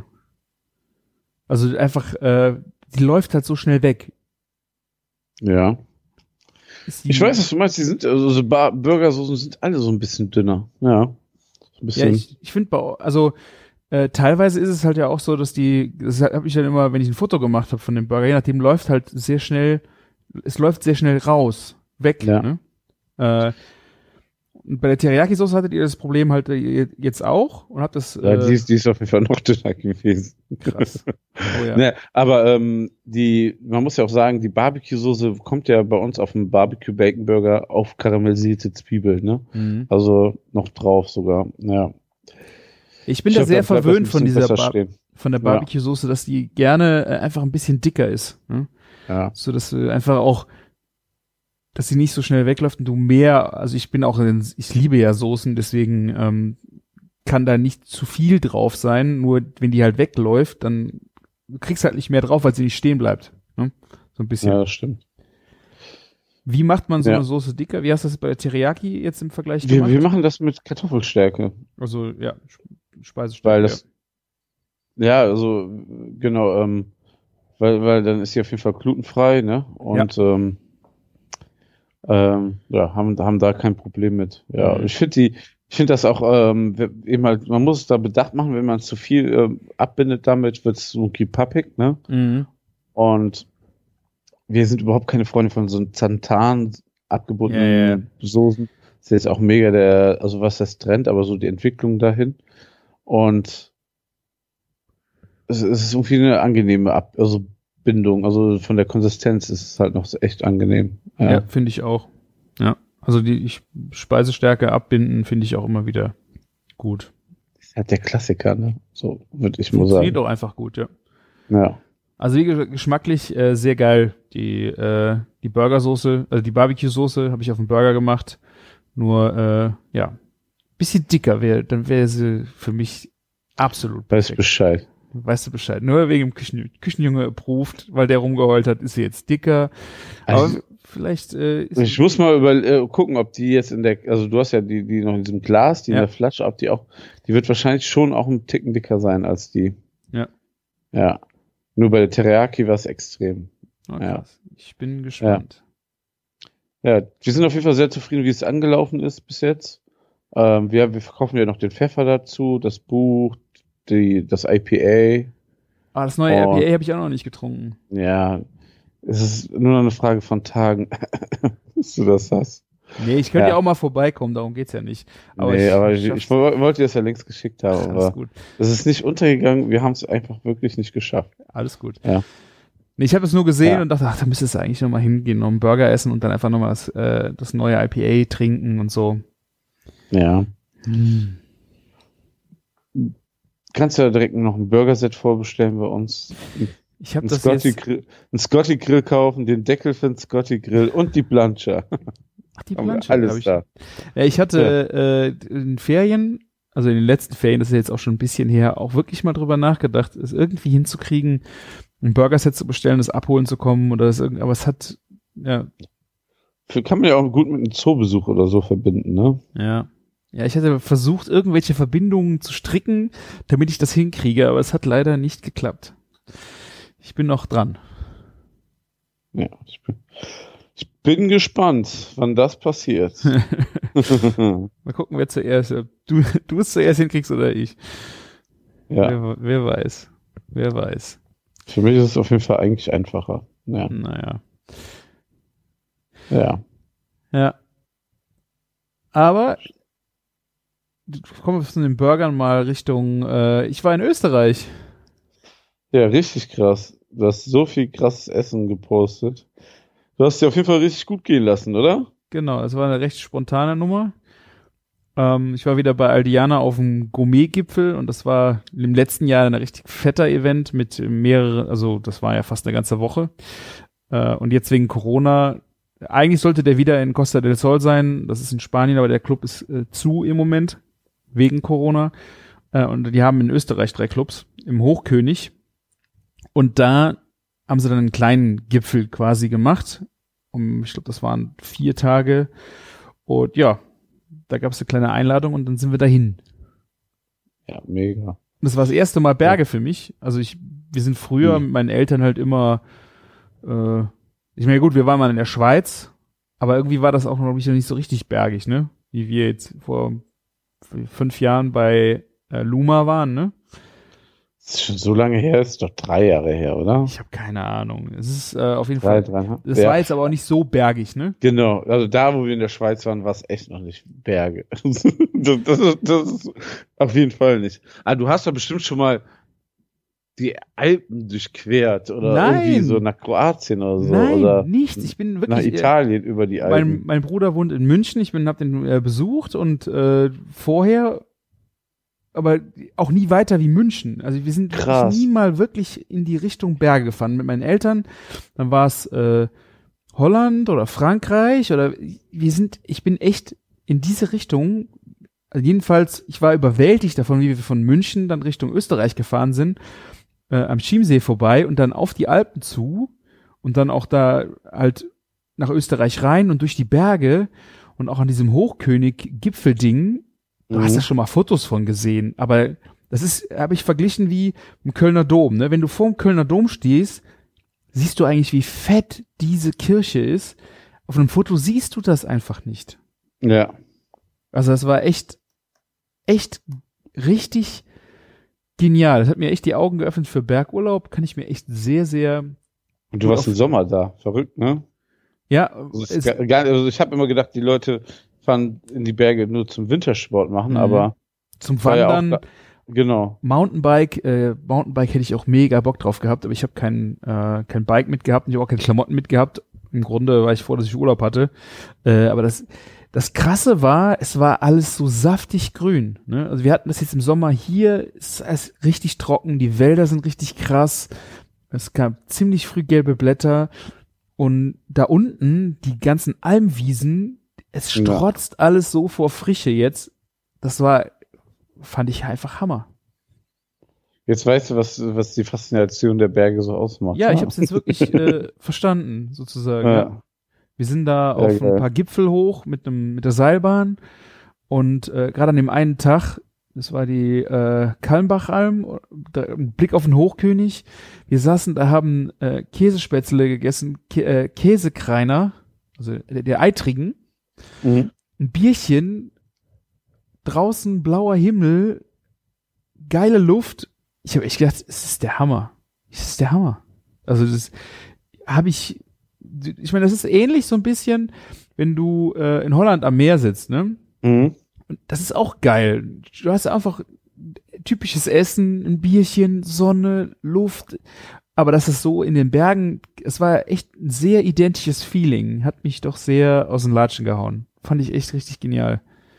Also einfach, äh, die läuft halt so schnell weg. Ja. Ich weiß, was du meinst, die sind, also so Bar- Burgersoßen sind alle so ein bisschen dünner. Ja. Ein bisschen. Ja, ich, ich finde, also äh, teilweise ist es halt ja auch so, dass die, das habe ich dann immer, wenn ich ein Foto gemacht habe von dem Burger, je nachdem läuft halt sehr schnell, es läuft sehr schnell raus, weg. Ja. Ne? Äh, und bei der Teriyaki-Soße hattet ihr das Problem halt jetzt auch und habt das. Ja, äh, die, ist, die ist auf jeden Fall noch dünner gewesen. Krass. Oh, ja. Ne, aber ähm, die, man muss ja auch sagen, die Barbecue-Soße kommt ja bei uns auf dem Barbecue-Bacon-Burger auf karamellisierte Zwiebeln, ne? Mhm. Also noch drauf sogar, ja. Ich bin ich da sehr verwöhnt von dieser Bar- von der Barbecue-Soße, dass die gerne äh, einfach ein bisschen dicker ist. Ne? Ja. So dass du einfach auch, dass sie nicht so schnell wegläuft und du mehr, also ich bin auch, in, ich liebe ja Soßen, deswegen ähm, kann da nicht zu viel drauf sein, nur wenn die halt wegläuft, dann du kriegst halt nicht mehr drauf, weil sie nicht stehen bleibt. Ne? So ein bisschen. Ja, das stimmt. Wie macht man so ja. eine Soße dicker? Wie hast du das bei der Teriyaki jetzt im Vergleich wir, gemacht? Wir machen das mit Kartoffelstärke. Also, ja, Speisestärke. Weil das, ja, ja also, genau, ähm, weil, weil dann ist sie auf jeden Fall glutenfrei, ne? Und, ja. ähm, ähm, ja, haben, haben da kein Problem mit. Ja, mhm. ich finde die, ich finde das auch, ähm, eben halt, man muss es da Bedacht machen, wenn man zu viel ähm, abbindet damit, wird es so pappig, ne? Mhm. Und wir sind überhaupt keine Freunde von so Xanthan abgebundenen ja, ja. Soßen. Das ist jetzt auch mega der, also was das Trend, aber so die Entwicklung dahin. Und es, es ist irgendwie eine angenehme Ab also Bindung. Also von der Konsistenz ist es halt noch so echt angenehm. Ja, Ja, finde ich auch. Ja, also die ich, Speisestärke abbinden finde ich auch immer wieder gut. Das ist halt der Klassiker, ne? So würde ich mal Funktioniert sagen. auch einfach gut, ja. Ja. Also wie gesagt, geschmacklich äh, sehr geil. Die, äh, die Burgersoße, also die Barbecue-Soße habe ich auf dem Burger gemacht. Nur, äh, ja, bisschen dicker wäre, dann wäre sie für mich absolut Weiß perfekt. Bescheid. Weißt du Bescheid. Nur wegen dem Küchen, Küchenjunge approved, weil der rumgeheult hat, ist sie jetzt dicker. Aber Also, vielleicht äh, ist ich muss mal über, äh, gucken, ob die jetzt in der, also du hast ja die, die noch in diesem Glas, die Ja. in der Flasche, ob die auch, die wird wahrscheinlich schon auch ein Ticken dicker sein als die. Ja. Ja. Nur bei der Teriyaki war es extrem. oh, ja. krass. Ich bin gespannt. Ja, wir sind auf jeden Fall sehr zufrieden, wie es angelaufen ist bis jetzt. Ähm, wir, wir verkaufen ja noch den Pfeffer dazu, das Buch, die, das I P A. Ah, das neue Oh. I P A habe ich auch noch nicht getrunken. Ja, es ist nur noch eine Frage von Tagen, bis du das hast. Nee, ich könnte ja. Ja. auch mal vorbeikommen, darum geht's ja nicht. Aber nee, ich, aber ich, schaff's. ich wollte dir das ja längst geschickt haben, Alles aber gut. es ist nicht untergegangen, wir haben es einfach wirklich nicht geschafft. Alles gut. Ja. Nee, ich habe es nur gesehen Ja. und dachte, ach, da müsstest du eigentlich nochmal hingehen, noch einen Burger essen und dann einfach nochmal das, äh, das neue I P A trinken und so. Ja. Hm. Kannst du ja direkt noch ein Burgerset vorbestellen bei uns. Ich habe Ein das Scotty, jetzt... Grill, ein Scotty Grill kaufen, den Deckel für den Scotty Grill und die Plancha. Ach, die Haben wir Planche, alles hab ich. da. Ja, ich hatte äh, in Ferien, also in den letzten Ferien, das ist jetzt auch schon ein bisschen her, auch wirklich mal drüber nachgedacht, es irgendwie hinzukriegen, ein Burgerset zu bestellen, das abholen zu kommen oder das irgendwie, aber es hat, ja, Für- Kann man ja auch gut mit einem Zoobesuch oder so verbinden, ne? ja. Ja, ich hatte versucht, irgendwelche Verbindungen zu stricken, damit ich das hinkriege, aber es hat leider nicht geklappt. Ich bin noch dran. Ja, ich bin, ich bin gespannt, wann das passiert. Mal gucken, wer zuerst, ob du, du es zuerst hinkriegst oder ich. Ja, Wer, wer weiß. Wer weiß. für mich ist es auf jeden Fall eigentlich einfacher. Ja, Naja. ja. Ja. Aber kommen wir von den Burgern mal Richtung, äh, ich war in Österreich. Ja, richtig krass. Du hast so viel krasses Essen gepostet. Du hast dir auf jeden Fall richtig gut gehen lassen, oder? Genau, es war eine recht spontane Nummer. Ähm, ich war wieder bei Aldiana auf dem Gourmet-Gipfel und das war im letzten Jahr ein richtig fetter Event mit mehreren, also das war ja fast eine ganze Woche. Äh, und jetzt wegen Corona, eigentlich sollte der wieder in Costa del Sol sein, das ist in Spanien, aber der Club ist äh, zu im Moment, wegen Corona. Äh, und die haben in Österreich drei Clubs, im Hochkönig. Und da haben sie dann einen kleinen Gipfel quasi gemacht. Um, ich glaube, das waren vier Tage. Und ja, da gab es eine kleine Einladung und dann sind wir dahin. Ja, mega. Und das war das erste Mal Berge für mich. Also ich, wir sind früher Mhm. mit meinen Eltern halt immer, äh, ich meine, gut, wir waren mal in der Schweiz, aber irgendwie war das auch, glaube ich, noch nicht so richtig bergig, ne? Wie wir jetzt vor fünf Jahren bei äh, Luma waren, ne? Das ist schon so lange her, ist doch drei Jahre her, oder? Ich habe keine Ahnung. Es ist äh, auf jeden Drei, Fall, dreieinhalb. das Ja. war jetzt aber auch nicht so bergig, ne? Genau, also da, wo wir in der Schweiz waren, war es echt noch nicht Berge. das, das, ist, das ist auf jeden Fall nicht. Ah, du hast doch bestimmt schon mal die Alpen durchquert oder Nein. irgendwie so nach Kroatien oder so. Nein, oder nichts. Ich bin wirklich nach Italien äh, über die Mein, Alpen. mein Bruder wohnt in München, ich bin hab den äh, besucht und äh, vorher, aber auch nie weiter wie München. Also wir sind wirklich Krass. nie mal wirklich in die Richtung Berge gefahren mit meinen Eltern. Dann war es äh, Holland oder Frankreich oder wir sind, ich bin echt in diese Richtung. Also jedenfalls, ich war überwältigt davon, wie wir von München dann Richtung Österreich gefahren sind, äh, am Chiemsee vorbei und dann auf die Alpen zu und dann auch da halt nach Österreich rein und durch die Berge und auch an diesem Hochkönig-Gipfelding. Du Mhm. hast da schon mal Fotos von gesehen, aber das ist, habe ich verglichen wie im Kölner Dom. Ne? Wenn du vor dem Kölner Dom stehst, siehst du eigentlich, wie fett diese Kirche ist. Auf einem Foto siehst du das einfach nicht. Ja. Also das war echt, echt richtig genial. Das hat mir echt die Augen geöffnet für Bergurlaub. Kann ich mir echt sehr, sehr... Und du Gut warst auf- im Sommer da. Verrückt, ne? Ja, Also, es es, ist gar, gar- also ich habe immer gedacht, die Leute fahren in die Berge nur zum Wintersport machen, Mhm. aber zum war ja auch Wandern, da- Genau. Mountainbike, äh, Mountainbike hätte ich auch mega Bock drauf gehabt, aber ich habe kein, äh, kein Bike mitgehabt und ich habe auch keine Klamotten mitgehabt. Im Grunde war ich froh, dass ich Urlaub hatte. Äh, aber das, das Krasse war, es war alles so saftig grün. Ne? Also wir hatten das jetzt im Sommer hier, es ist alles richtig trocken, die Wälder sind richtig krass. Es gab ziemlich früh gelbe Blätter und da unten die ganzen Almwiesen, es strotzt ja. alles so vor Frische jetzt. Das war, fand ich einfach Hammer. Jetzt weißt du, was, was die Faszination der Berge so ausmacht. Ja, ich habe es jetzt wirklich äh, verstanden, sozusagen. Ja. Ja. Wir sind da ja, auf geil. ein paar Gipfel hoch mit einem mit der Seilbahn und äh, gerade an dem einen Tag, das war die äh, Kalmbachalm, Blick auf den Hochkönig. Wir saßen da, haben äh, Käsespätzle gegessen, Kä äh, Käsekreiner, also der, der Eitrigen, mhm. ein Bierchen, draußen blauer Himmel, geile Luft. Ich habe echt gedacht, es ist der Hammer. Es ist der Hammer. Also das habe ich, ich meine, das ist ähnlich so ein bisschen, wenn du äh, in Holland am Meer sitzt, ne? Mhm. Und das ist auch geil. Du hast einfach typisches Essen, ein Bierchen, Sonne, Luft. Aber das ist so in den Bergen, es war echt ein sehr identisches Feeling. Hat mich doch sehr aus den Latschen gehauen. Fand ich echt richtig genial.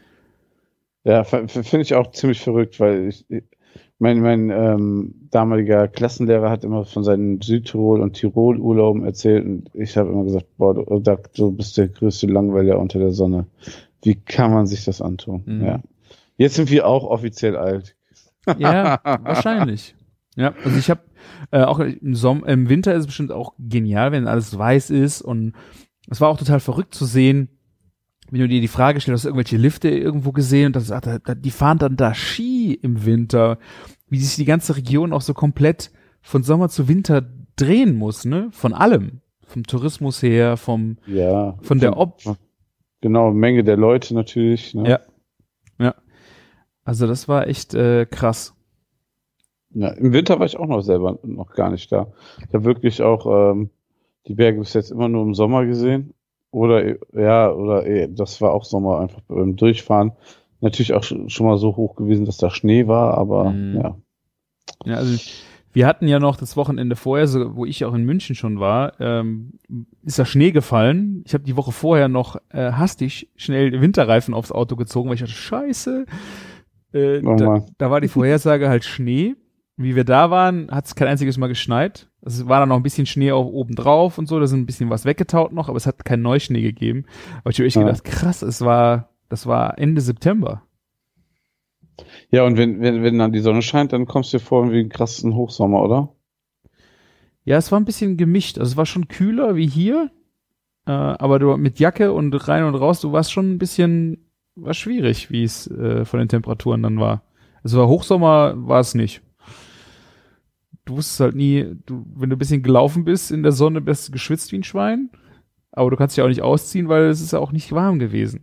Ja, finde ich auch ziemlich verrückt, weil ich, mein, mein ähm, damaliger Klassenlehrer hat immer von seinen Südtirol- und Tirol-Urlauben erzählt und ich habe immer gesagt, boah, du, du bist der größte Langweiler unter der Sonne. Wie kann man sich das antun? Mhm. Ja. Jetzt sind wir auch offiziell alt. Ja, wahrscheinlich. Ja, also ich habe äh, auch im Sommer, im Winter ist es bestimmt auch genial, wenn alles weiß ist und es war auch total verrückt zu sehen, wenn du dir die Frage stellst, hast du irgendwelche Lifte irgendwo gesehen und das, ach, da, die fahren dann da Ski im Winter, wie sich die ganze Region auch so komplett von Sommer zu Winter drehen muss, ne? Von allem. Vom Tourismus her, vom, ja, von der Ob... Genau, Menge der Leute natürlich. Ne? Ja, ja. Also das war echt äh, krass. Ja, im Winter war ich auch noch selber noch gar nicht da. Ich habe wirklich auch ähm, die Berge bis jetzt immer nur im Sommer gesehen. Oder ja, oder ey, das war auch Sommer, einfach beim Durchfahren. Natürlich auch schon mal so hoch gewesen, dass da Schnee war, aber mhm. ja. Ja, also wir hatten ja noch das Wochenende vorher, so, wo ich auch in München schon war, ähm, ist da Schnee gefallen. Ich habe die Woche vorher noch äh, hastig schnell Winterreifen aufs Auto gezogen, weil ich dachte, scheiße, äh, oh da, da war die Vorhersage halt Schnee. Wie wir da waren, hat es kein einziges Mal geschneit. Es war dann noch ein bisschen Schnee auch oben drauf und so, da sind ein bisschen was weggetaut noch, aber es hat keinen Neuschnee gegeben. Aber ich habe echt ja. gedacht, krass, es war, das war Ende September. Ja, und wenn, wenn, wenn dann die Sonne scheint, dann kommst du dir vor wie ein krassen Hochsommer, oder? Ja, es war ein bisschen gemischt. Also es war schon kühler wie hier, äh, aber du mit Jacke und rein und raus, du warst schon ein bisschen, war schwierig, wie es äh, von den Temperaturen dann war. Also war Hochsommer, war es nicht. Du wusstest halt nie, du, wenn du ein bisschen gelaufen bist in der Sonne, bist du geschwitzt wie ein Schwein, aber du kannst dich auch nicht ausziehen, weil es ist ja auch nicht warm gewesen.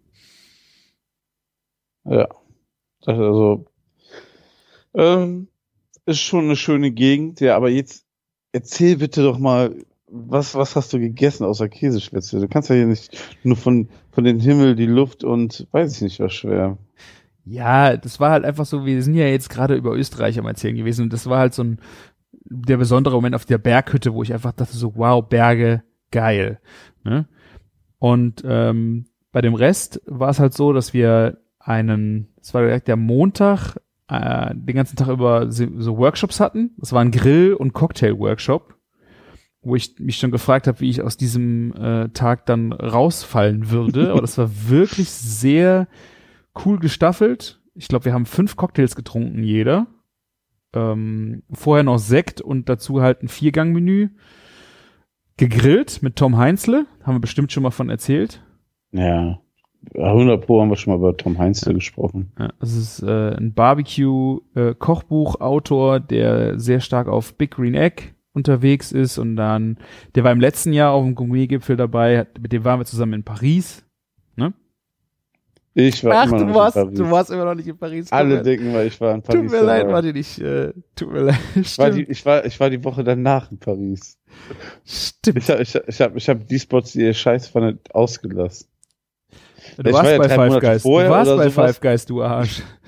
Ja. Also, ähm, ist schon eine schöne Gegend, ja, aber jetzt erzähl bitte doch mal, was, was hast du gegessen außer Käsespätzle? Du kannst ja hier nicht nur von, von den Himmel, die Luft und weiß ich nicht, was schwer. Ja, das war halt einfach so, wir sind ja jetzt gerade über Österreich am Erzählen gewesen und das war halt so ein, der besondere Moment auf der Berghütte, wo ich einfach dachte so, wow, Berge, geil, ne? Und, ähm, bei dem Rest war es halt so, dass wir einen, es war direkt der Montag, äh, den ganzen Tag über so, so Workshops hatten. Das war ein Grill- und Cocktail-Workshop, wo ich mich schon gefragt habe, wie ich aus diesem äh, Tag dann rausfallen würde. Aber das war wirklich sehr cool gestaffelt. Ich glaube, wir haben fünf Cocktails getrunken, jeder. Ähm, vorher noch Sekt und dazu halt ein Viergang-Menü. Gegrillt mit Tom Heinzle, haben wir bestimmt schon mal von erzählt. Ja. hundert Pro haben wir schon mal über Tom Heinzle ja. gesprochen. Ja, das ist äh, ein Barbecue-Kochbuch-Autor, der sehr stark auf Big Green Egg unterwegs ist und dann, der war im letzten Jahr auf dem Gourmet-Gipfel dabei, mit dem waren wir zusammen in Paris, ne? Ich war Ach, immer noch du nicht warst, in Paris. du warst immer noch nicht in Paris. Alle mir, denken mal, ich war in Paris. Tut mir dabei. leid, Martin, ich, äh, tut mir leid. Ich war, die, ich, war, ich war die Woche danach in Paris. Stimmt. Ich habe ich, ich hab, ich hab die Spots, die ihr scheiß fandet, ausgelassen. Du ich warst war ja bei Five Guys. Du warst bei sowas. Five Guys, du Arsch.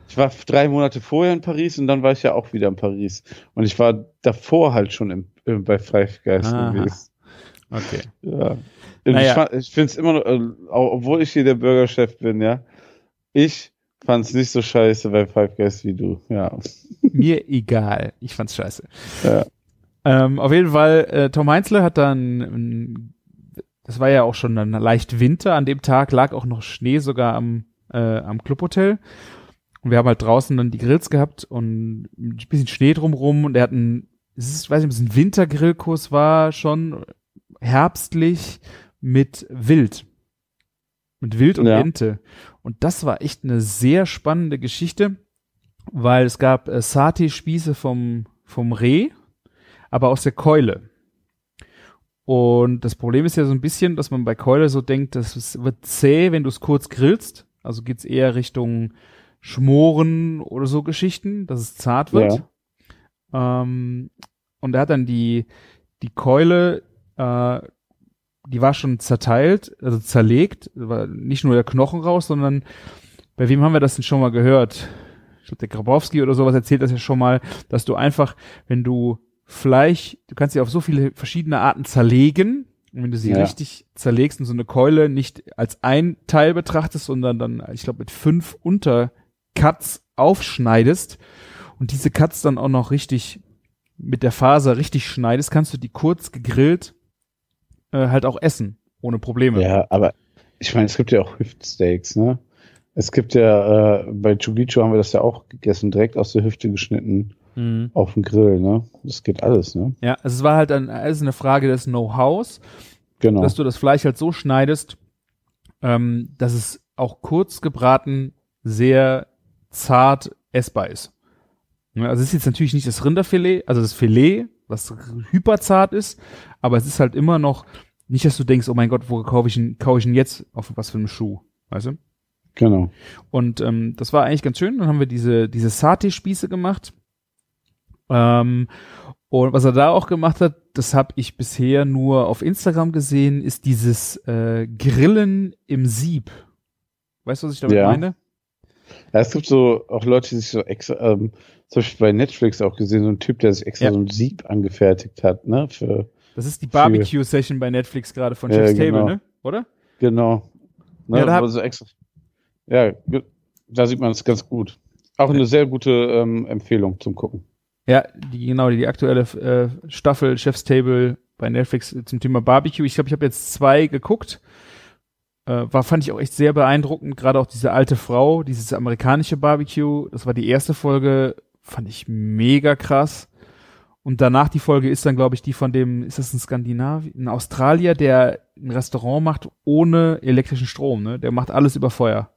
ich war drei Monate vorher in Paris und dann war ich ja auch wieder in Paris. Und ich war davor halt schon im, im, bei Five Guys Aha. gewesen. Okay. Ja. Naja. Ich, ich finde es immer noch, äh, obwohl ich hier der Burgerchef bin, ja, ich fand es nicht so scheiße bei Five Guys wie du, ja. Mir egal. Ich fand's scheiße. Ja. Ähm, auf jeden Fall, äh, Tom Heinzle hat dann, ein, das war ja auch schon dann leicht Winter, an dem Tag lag auch noch Schnee sogar am, äh, am Clubhotel. Und wir haben halt draußen dann die Grills gehabt und ein bisschen Schnee drumrum und er hat ein, es ist, ich weiß nicht, ob es ein Wintergrillkurs war, schon herbstlich mit Wild. Mit Wild und Ja. Ente. Und das war echt eine sehr spannende Geschichte, weil es gab äh, Satay-Spieße vom, vom Reh, aber aus der Keule. Und das Problem ist ja so ein bisschen, dass man bei Keule so denkt, das ist, wird zäh, wenn du es kurz grillst. Also geht's eher Richtung Schmoren oder so Geschichten, dass es zart wird. Ja. Ähm, und er hat dann die, die Keule, äh, die war schon zerteilt, also zerlegt, war nicht nur der Knochen raus, sondern bei wem haben wir das denn schon mal gehört? Ich glaube, der Grabowski oder sowas erzählt das ja schon mal, dass du einfach, wenn du Fleisch, du kannst sie auf so viele verschiedene Arten zerlegen, und wenn du sie ja. richtig zerlegst und so eine Keule nicht als ein Teil betrachtest, sondern dann, ich glaube, mit fünf Untercuts aufschneidest und diese Cuts dann auch noch richtig mit der Faser richtig schneidest, kannst du die kurz gegrillt äh, halt auch essen, ohne Probleme. Ja, aber ich meine, es gibt ja auch Hüftsteaks, ne? Es gibt ja, äh, bei Chugicho haben wir das ja auch gegessen, direkt aus der Hüfte geschnitten. Mhm. Auf dem Grill, ne? Das geht alles, ne? Ja, also es war halt ein, also eine Frage des Know-hows, genau. Dass du das Fleisch halt so schneidest, ähm, dass es auch kurz gebraten sehr zart essbar ist. Ja, also es ist jetzt natürlich nicht das Rinderfilet, also das Filet, was hyperzart ist, aber es ist halt immer noch nicht, dass du denkst, oh mein Gott, wo kaufe ich ihn, kaufe ich ihn jetzt auf was für einen Schuh, weißt du? Genau. Und ähm, das war eigentlich ganz schön. Dann haben wir diese diese Satay-Spieße gemacht. Ähm, und was er da auch gemacht hat, das habe ich bisher nur auf Instagram gesehen, ist dieses äh, Grillen im Sieb. Weißt du, was ich damit ja. meine? Ja, es gibt so auch Leute, die sich so extra, ähm, zum Beispiel bei Netflix auch gesehen, so ein Typ, der sich extra ja. so ein Sieb angefertigt hat, ne? Für, das ist die Barbecue-Session bei Netflix gerade von Chef's ja, genau. Table, ne? Oder? Genau. Ne? Ja, da hab, also extra, ja, da sieht man es ganz gut. Auch eine sehr gute ähm, Empfehlung zum Gucken. Ja, die, genau, die, die aktuelle äh, Staffel Chef's Table bei Netflix zum Thema Barbecue. Ich glaube, ich habe jetzt zwei geguckt. Äh, war, fand ich auch echt sehr beeindruckend. Gerade auch diese alte Frau, dieses amerikanische Barbecue. Das war die erste Folge, fand ich mega krass. Und danach die Folge ist dann, glaube ich, die von dem, ist das ein Skandinavier, ein Australier, der ein Restaurant macht ohne elektrischen Strom, ne? Der macht alles über Feuer.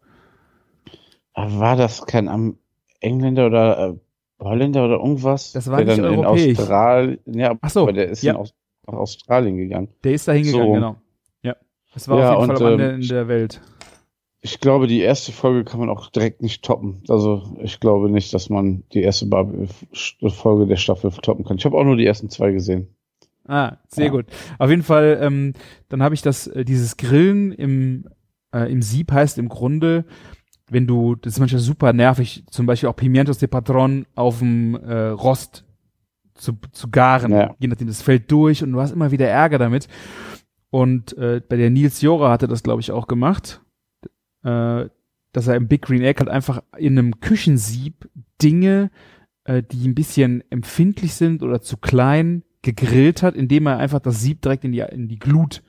War das kein Am- Engländer oder äh, Holländer oder irgendwas? Das war der nicht dann europäisch. In Australien, ja, Ach so, aber der ist ja. in Aus- nach Australien gegangen. Der ist da hingegangen, so. genau. Ja, das war ja, auf jeden und, Fall am ähm, Ende in der Welt. Ich glaube, die erste Folge kann man auch direkt nicht toppen. Also ich glaube nicht, dass man die erste Bar- Folge der Staffel toppen kann. Ich habe auch nur die ersten zwei gesehen. Ah, sehr ja. gut. Auf jeden Fall, ähm, dann habe ich das, äh, dieses Grillen im, äh, im Sieb heißt im Grunde, wenn du, das ist manchmal super nervig, zum Beispiel auch Pimientos de Patron auf dem äh, Rost zu, zu garen, ja. je nachdem, das fällt durch und du hast immer wieder Ärger damit. Und äh, bei der Nils Jora hatte das, glaube ich, auch gemacht, äh, dass er im Big Green Egg halt einfach in einem Küchensieb Dinge, äh, die ein bisschen empfindlich sind oder zu klein, gegrillt hat, indem er einfach das Sieb direkt in die, in die Glut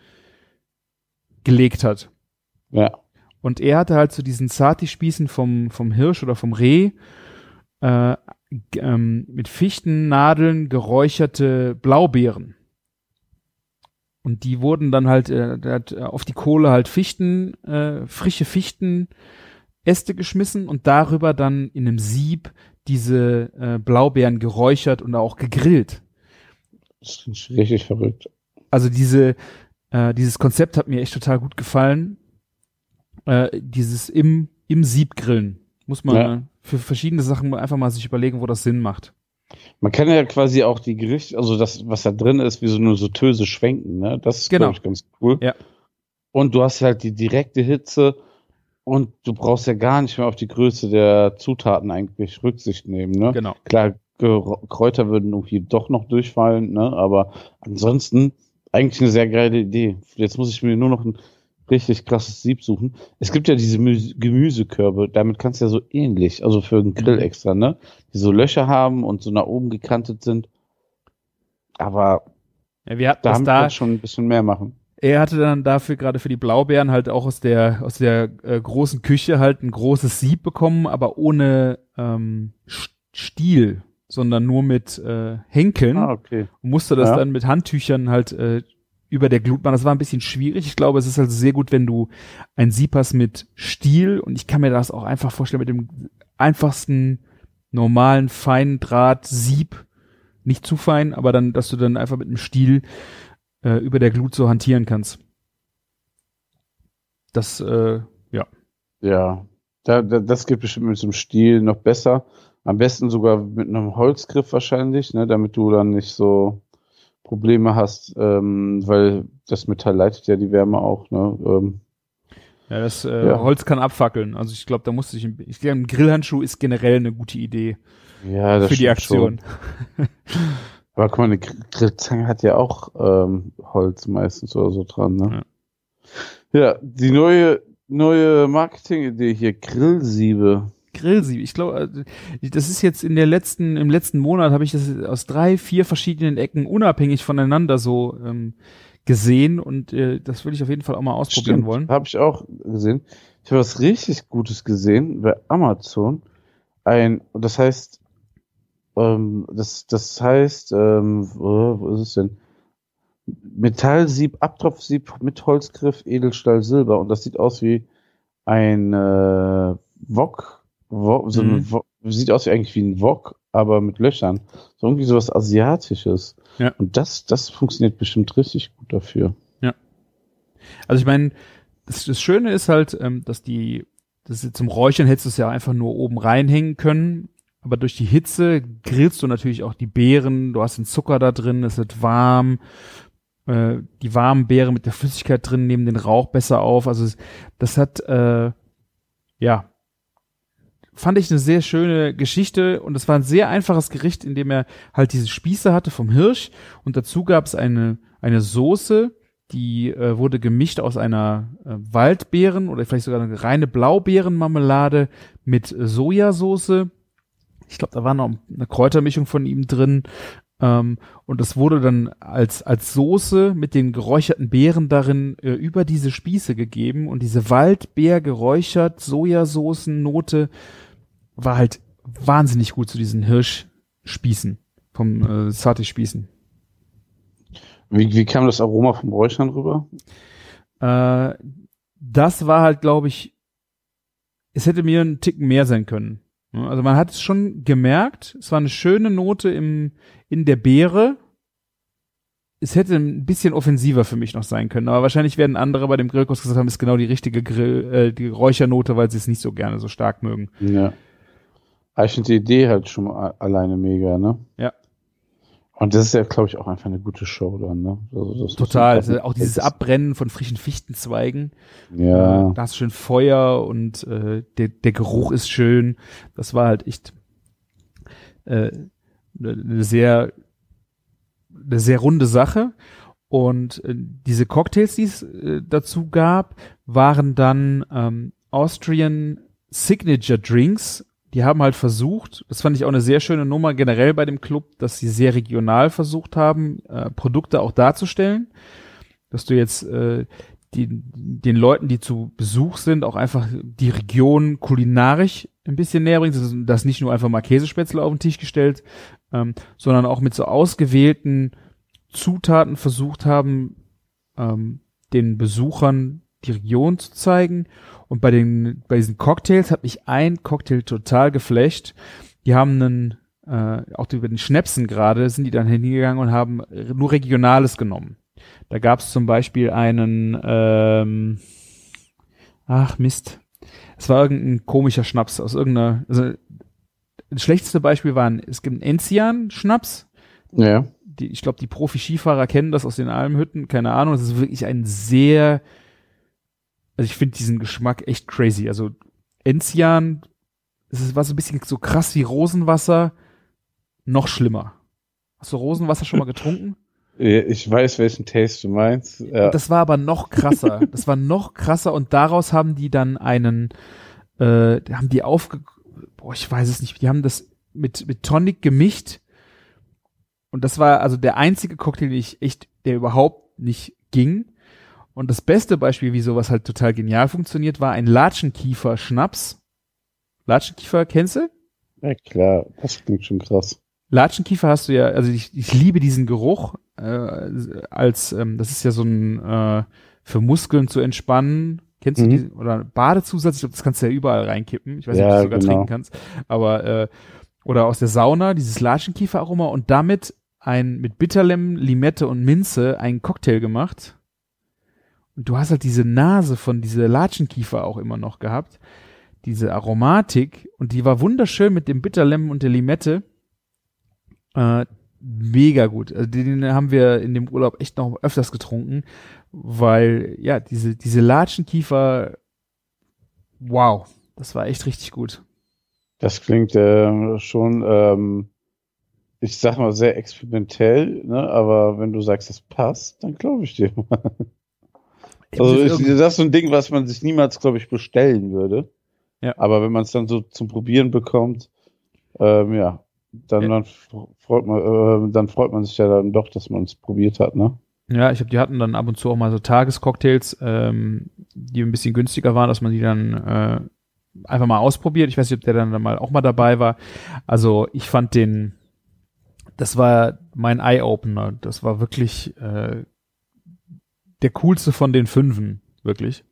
gelegt hat. Ja. Und er hatte halt zu diesen Sati-Spießen vom, vom Hirsch oder vom Reh äh, ähm, mit Fichtennadeln geräucherte Blaubeeren. Und die wurden dann halt, äh, der hat auf die Kohle halt Fichten, äh, frische Fichtenäste geschmissen und darüber dann in einem Sieb diese äh, Blaubeeren geräuchert und auch gegrillt. Das ist richtig verrückt. Also diese, äh, dieses Konzept hat mir echt total gut gefallen. Äh, dieses im, im Sieb grillen. Muss man ja. für verschiedene Sachen einfach mal sich überlegen, wo das Sinn macht. Man kann ja quasi auch die Gerichte, also das, was da drin ist, wie so eine Sauteuse schwenken, ne? Das ist, genau. glaube ich, ganz cool. Ja. Und du hast halt die direkte Hitze Und du brauchst ja gar nicht mehr auf die Größe der Zutaten eigentlich Rücksicht nehmen, ne? Genau. Klar, Ge- Kräuter würden irgendwie doch noch durchfallen, ne? Aber ansonsten eigentlich eine sehr geile Idee. Jetzt muss ich mir nur noch ein richtig krasses Sieb suchen. Es gibt ja diese Mü- Gemüsekörbe, damit kannst du ja so ähnlich, also für einen Grill Mhm. extra, ne? Die so Löcher haben und so nach oben gekantet sind. Aber Ja, wir hatten da das haben wir da, halt schon ein bisschen mehr machen. er hatte dann dafür gerade für die Blaubeeren halt auch aus der aus der äh, großen Küche halt ein großes Sieb bekommen, aber ohne ähm, Sch- Stiel, sondern nur mit äh, Henkeln Ah, okay. und musste das Ja. dann mit Handtüchern halt äh, über der Glut machen. Das war ein bisschen schwierig. Ich glaube, es ist also sehr gut, wenn du ein Sieb hast mit Stiel, und ich kann mir das auch einfach vorstellen mit dem einfachsten normalen feinen Draht Sieb, nicht zu fein, aber dann, dass du dann einfach mit dem Stiel äh, über der Glut so hantieren kannst. Das, äh, ja. Ja, da, da, das geht bestimmt mit so einem Stiel noch besser. Am besten sogar mit einem Holzgriff wahrscheinlich, ne, damit du dann nicht so Probleme hast, ähm, weil das Metall leitet ja die Wärme auch, ne? Ähm, Ja, das äh, Ja. Holz kann abfackeln. Also ich glaube, da musste ich, ich glaube, ein Grillhandschuh ist generell eine gute Idee ja, das für die stimmt Aktion. schon. Aber guck mal, eine Gr- Grillzange hat ja auch ähm, Holz meistens oder so dran, ne? Ja, die neue neue Marketingidee hier, Grillsiebe. Grillsieb. Ich glaube, äh, das ist jetzt in der letzten, im letzten Monat habe ich das aus drei, vier verschiedenen Ecken unabhängig voneinander so ähm, gesehen, und äh, das würde ich auf jeden Fall auch mal ausprobieren wollen. Habe ich auch gesehen. Ich habe was richtig Gutes gesehen bei Amazon. Ein, das heißt, ähm, das, das heißt, ähm, wo, wo ist es denn? Metallsieb, Abtropfsieb mit Holzgriff, Edelstahl, Silber. Und das sieht aus wie ein äh, Wok. Wok so Mhm. ein Wok, sieht aus wie eigentlich wie ein Wok, aber mit Löchern. So irgendwie sowas Asiatisches. Ja. Und das, das funktioniert bestimmt richtig gut dafür. Also ich meine, das, das Schöne ist halt, ähm, dass die, das ist, zum Räuchern hättest du es ja einfach nur oben reinhängen können, aber durch die Hitze grillst du natürlich auch die Beeren, du hast den Zucker da drin, es wird warm, äh, die warmen Beeren mit der Flüssigkeit drin nehmen den Rauch besser auf, also es, das hat, äh, ja, fand ich eine sehr schöne Geschichte, und es war ein sehr einfaches Gericht, in dem er halt diese Spieße hatte vom Hirsch, und dazu gab es eine, eine Soße, die äh, wurde gemischt aus einer äh, Waldbeeren oder vielleicht sogar eine reine Blaubeerenmarmelade mit äh, Sojasauce. Ich glaube, da war noch eine Kräutermischung von ihm drin. Ähm, und das wurde dann als als Soße mit den geräucherten Beeren darin äh, über diese Spieße gegeben. Und diese Waldbeer geräuchert, Sojasoßennote war halt wahnsinnig gut zu diesen Hirschspießen, vom äh, Sati-Spießen. Wie, wie kam das Aroma vom Räuchern rüber? Äh, das war halt, glaube ich, es hätte mir einen Ticken mehr sein können. Ja, also man hat es schon gemerkt, es war eine schöne Note im, in der Beere. Es hätte ein bisschen offensiver für mich noch sein können, aber wahrscheinlich werden andere bei dem Grillkurs gesagt haben, ist genau die richtige Grill, äh, die Räuchernote, weil sie es nicht so gerne so stark mögen. Ja. Aber ich finde die Idee halt schon mal alleine mega, ne? Ja. Und das ist ja, glaube ich, auch einfach eine gute Show dann, ne? Also das Total. muss- Also auch dieses Abbrennen von frischen Fichtenzweigen. Ja. Äh, da hast du schön Feuer, und äh, der, der Geruch ist schön. Das war halt echt äh, eine sehr, eine sehr runde Sache. Und äh, diese Cocktails, die es äh, dazu gab, waren dann ähm, Austrian Signature Drinks. Die haben halt versucht, das fand ich auch eine sehr schöne Nummer generell bei dem Club, dass sie sehr regional versucht haben, äh, Produkte auch darzustellen. Dass du jetzt äh, die, den Leuten, die zu Besuch sind, auch einfach die Region kulinarisch ein bisschen näher bringst. Das, das nicht nur einfach mal Käsespätzle auf den Tisch gestellt, ähm, sondern auch mit so ausgewählten Zutaten versucht haben, ähm, den Besuchern die Region zu zeigen. Und bei den, bei diesen Cocktails hat mich ein Cocktail total geflasht. Die haben einen, äh, auch über den Schnäpsen gerade, sind die dann hingegangen und haben nur Regionales genommen. Da gab es zum Beispiel einen, ähm, ach Mist, es war irgendein komischer Schnaps aus irgendeiner, also das schlechteste Beispiel war, ein, es gibt einen Enzian-Schnaps. Ja. Die, ich glaube, die Profi-Skifahrer kennen das aus den Almhütten, keine Ahnung. Das ist wirklich ein sehr Also ich finde diesen Geschmack echt crazy. Also Enzian, es war so ein bisschen so krass wie Rosenwasser, noch schlimmer. Hast du Rosenwasser schon mal getrunken? Ich weiß, welchen Taste du meinst. Ja. Und das war aber noch krasser. Das war noch krasser und daraus haben die dann einen, äh, haben die aufge... Boah, ich weiß es nicht. Die haben das mit, mit Tonic gemischt und das war also der einzige Cocktail, den ich echt, der überhaupt nicht ging. Und das beste Beispiel, wie sowas halt total genial funktioniert, war ein Latschenkiefer-Schnaps. Latschenkiefer, kennst du? Ja, klar. Das klingt schon krass. Latschenkiefer hast du ja, also ich, ich liebe diesen Geruch, äh, als, ähm, das ist ja so ein, äh, für Muskeln zu entspannen. Kennst Mhm. du diesen, oder Badezusatz? Ich glaube, das kannst du ja überall reinkippen. Ich weiß nicht, ob Ja, du sogar genau. trinken kannst. Aber, äh, oder aus der Sauna, dieses Latschenkiefer-Aroma und damit ein, mit Bitterlemon, Limette und Minze einen Cocktail gemacht. Und du hast halt diese Nase von dieser Latschenkiefer auch immer noch gehabt. Diese Aromatik. Und die war wunderschön mit dem Bitterlemon und der Limette. Äh, mega gut. Also den haben wir in dem Urlaub echt noch öfters getrunken, weil, ja, diese, diese Latschenkiefer, wow, das war echt richtig gut. Das klingt ähm, schon, ähm, ich sag mal, sehr experimentell, ne? Aber wenn du sagst, das passt, dann glaube ich dir. Ich Also muss jetzt ich, irgend- das ist so ein Ding, was man sich niemals, glaube ich, bestellen würde. Ja. Aber wenn man es dann so zum Probieren bekommt, ähm, ja, dann, Ja. dann freut man, äh, dann freut man sich ja dann doch, dass man es probiert hat, ne? Ja, ich glaube, die hatten dann ab und zu auch mal so Tagescocktails, ähm, die ein bisschen günstiger waren, dass man die dann äh, einfach mal ausprobiert. Ich weiß nicht, ob der dann mal auch mal dabei war. Also ich fand den, das war mein Eye-Opener. Das war wirklich äh, der coolste von den Fünfen, wirklich.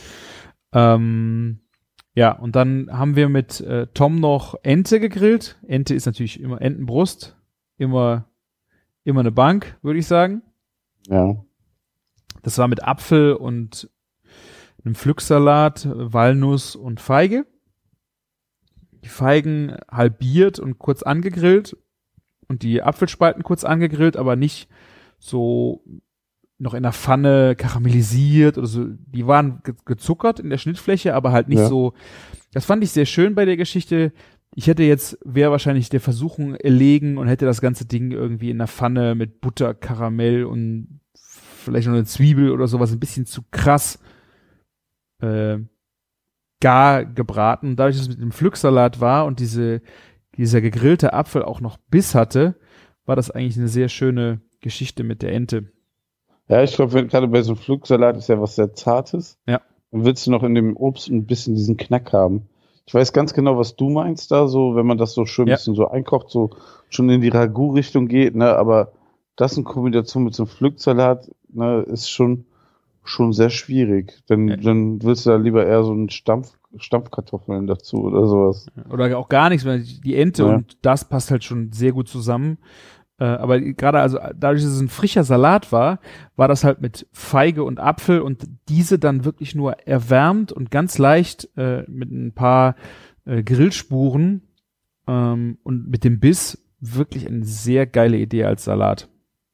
Ähm, ja, und dann haben wir mit äh, Tom noch Ente gegrillt. Ente ist natürlich immer Entenbrust, immer, immer eine Bank, würde ich sagen. Ja. Das war mit Apfel und einem Pflücksalat, Walnuss und Feige. Die Feigen halbiert und kurz angegrillt und die Apfelspalten kurz angegrillt, aber nicht so noch in der Pfanne karamellisiert oder so. Die waren ge- gezuckert in der Schnittfläche, aber halt nicht Ja. so. Das fand ich sehr schön bei der Geschichte. Ich hätte jetzt, wäre wahrscheinlich der Versuchung erlegen und hätte das ganze Ding irgendwie in der Pfanne mit Butter, Karamell und vielleicht noch eine Zwiebel oder sowas ein bisschen zu krass äh, gar gebraten. Dadurch, dass es mit dem Pflücksalat war und diese, dieser gegrillte Apfel auch noch Biss hatte, war das eigentlich eine sehr schöne Geschichte mit der Ente. Ja, ich glaube, gerade bei so einem Pflücksalat ist ja was sehr Zartes. Ja. Dann willst du noch in dem Obst ein bisschen diesen Knack haben. Ich weiß ganz genau, was du meinst da, so, wenn man das so schön ein Ja. bisschen so einkocht, so schon in die Ragout-Richtung geht, ne, aber das in Kombination mit so einem Pflücksalat, ne, ist schon, schon sehr schwierig. Dann, Ja. dann willst du da lieber eher so einen Stampf, Stampfkartoffeln dazu oder sowas. Oder auch gar nichts, weil die Ente Ja. und das passt halt schon sehr gut zusammen. Äh, aber gerade also dadurch, dass es ein frischer Salat war, war das halt mit Feige und Apfel und diese dann wirklich nur erwärmt und ganz leicht äh, mit ein paar äh, Grillspuren ähm, und mit dem Biss wirklich eine sehr geile Idee als Salat.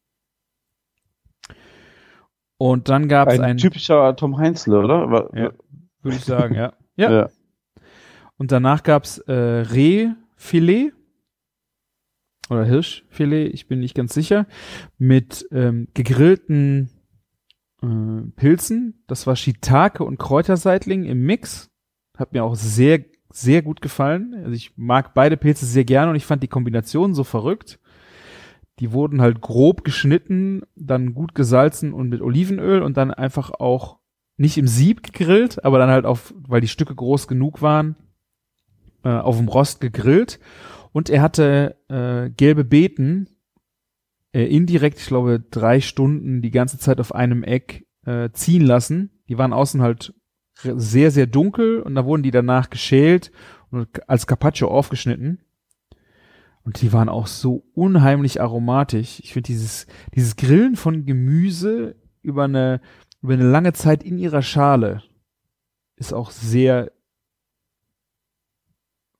Und dann gab es Ein ein, typischer Tom Heinzle, oder? Wa- Ja. würde ich sagen, ja. Ja. ja. Und danach gab's äh, Rehfilet oder Hirschfilet, ich bin nicht ganz sicher, mit ähm, gegrillten äh, Pilzen. Das war Shiitake und Kräuterseitling im Mix. Hat mir auch sehr, sehr gut gefallen. Also ich mag beide Pilze sehr gerne und ich fand die Kombination so verrückt. Die wurden halt grob geschnitten, dann gut gesalzen und mit Olivenöl und dann einfach auch nicht im Sieb gegrillt, aber dann halt auf, weil die Stücke groß genug waren, äh, auf dem Rost gegrillt. Und er hatte äh, gelbe Beeten äh, indirekt, ich glaube, drei Stunden die ganze Zeit auf einem Eck äh, ziehen lassen. Die waren außen halt r- sehr, sehr dunkel und da wurden die danach geschält und als Carpaccio aufgeschnitten. Und die waren auch so unheimlich aromatisch. Ich finde dieses, dieses Grillen von Gemüse über eine, über eine lange Zeit in ihrer Schale ist auch sehr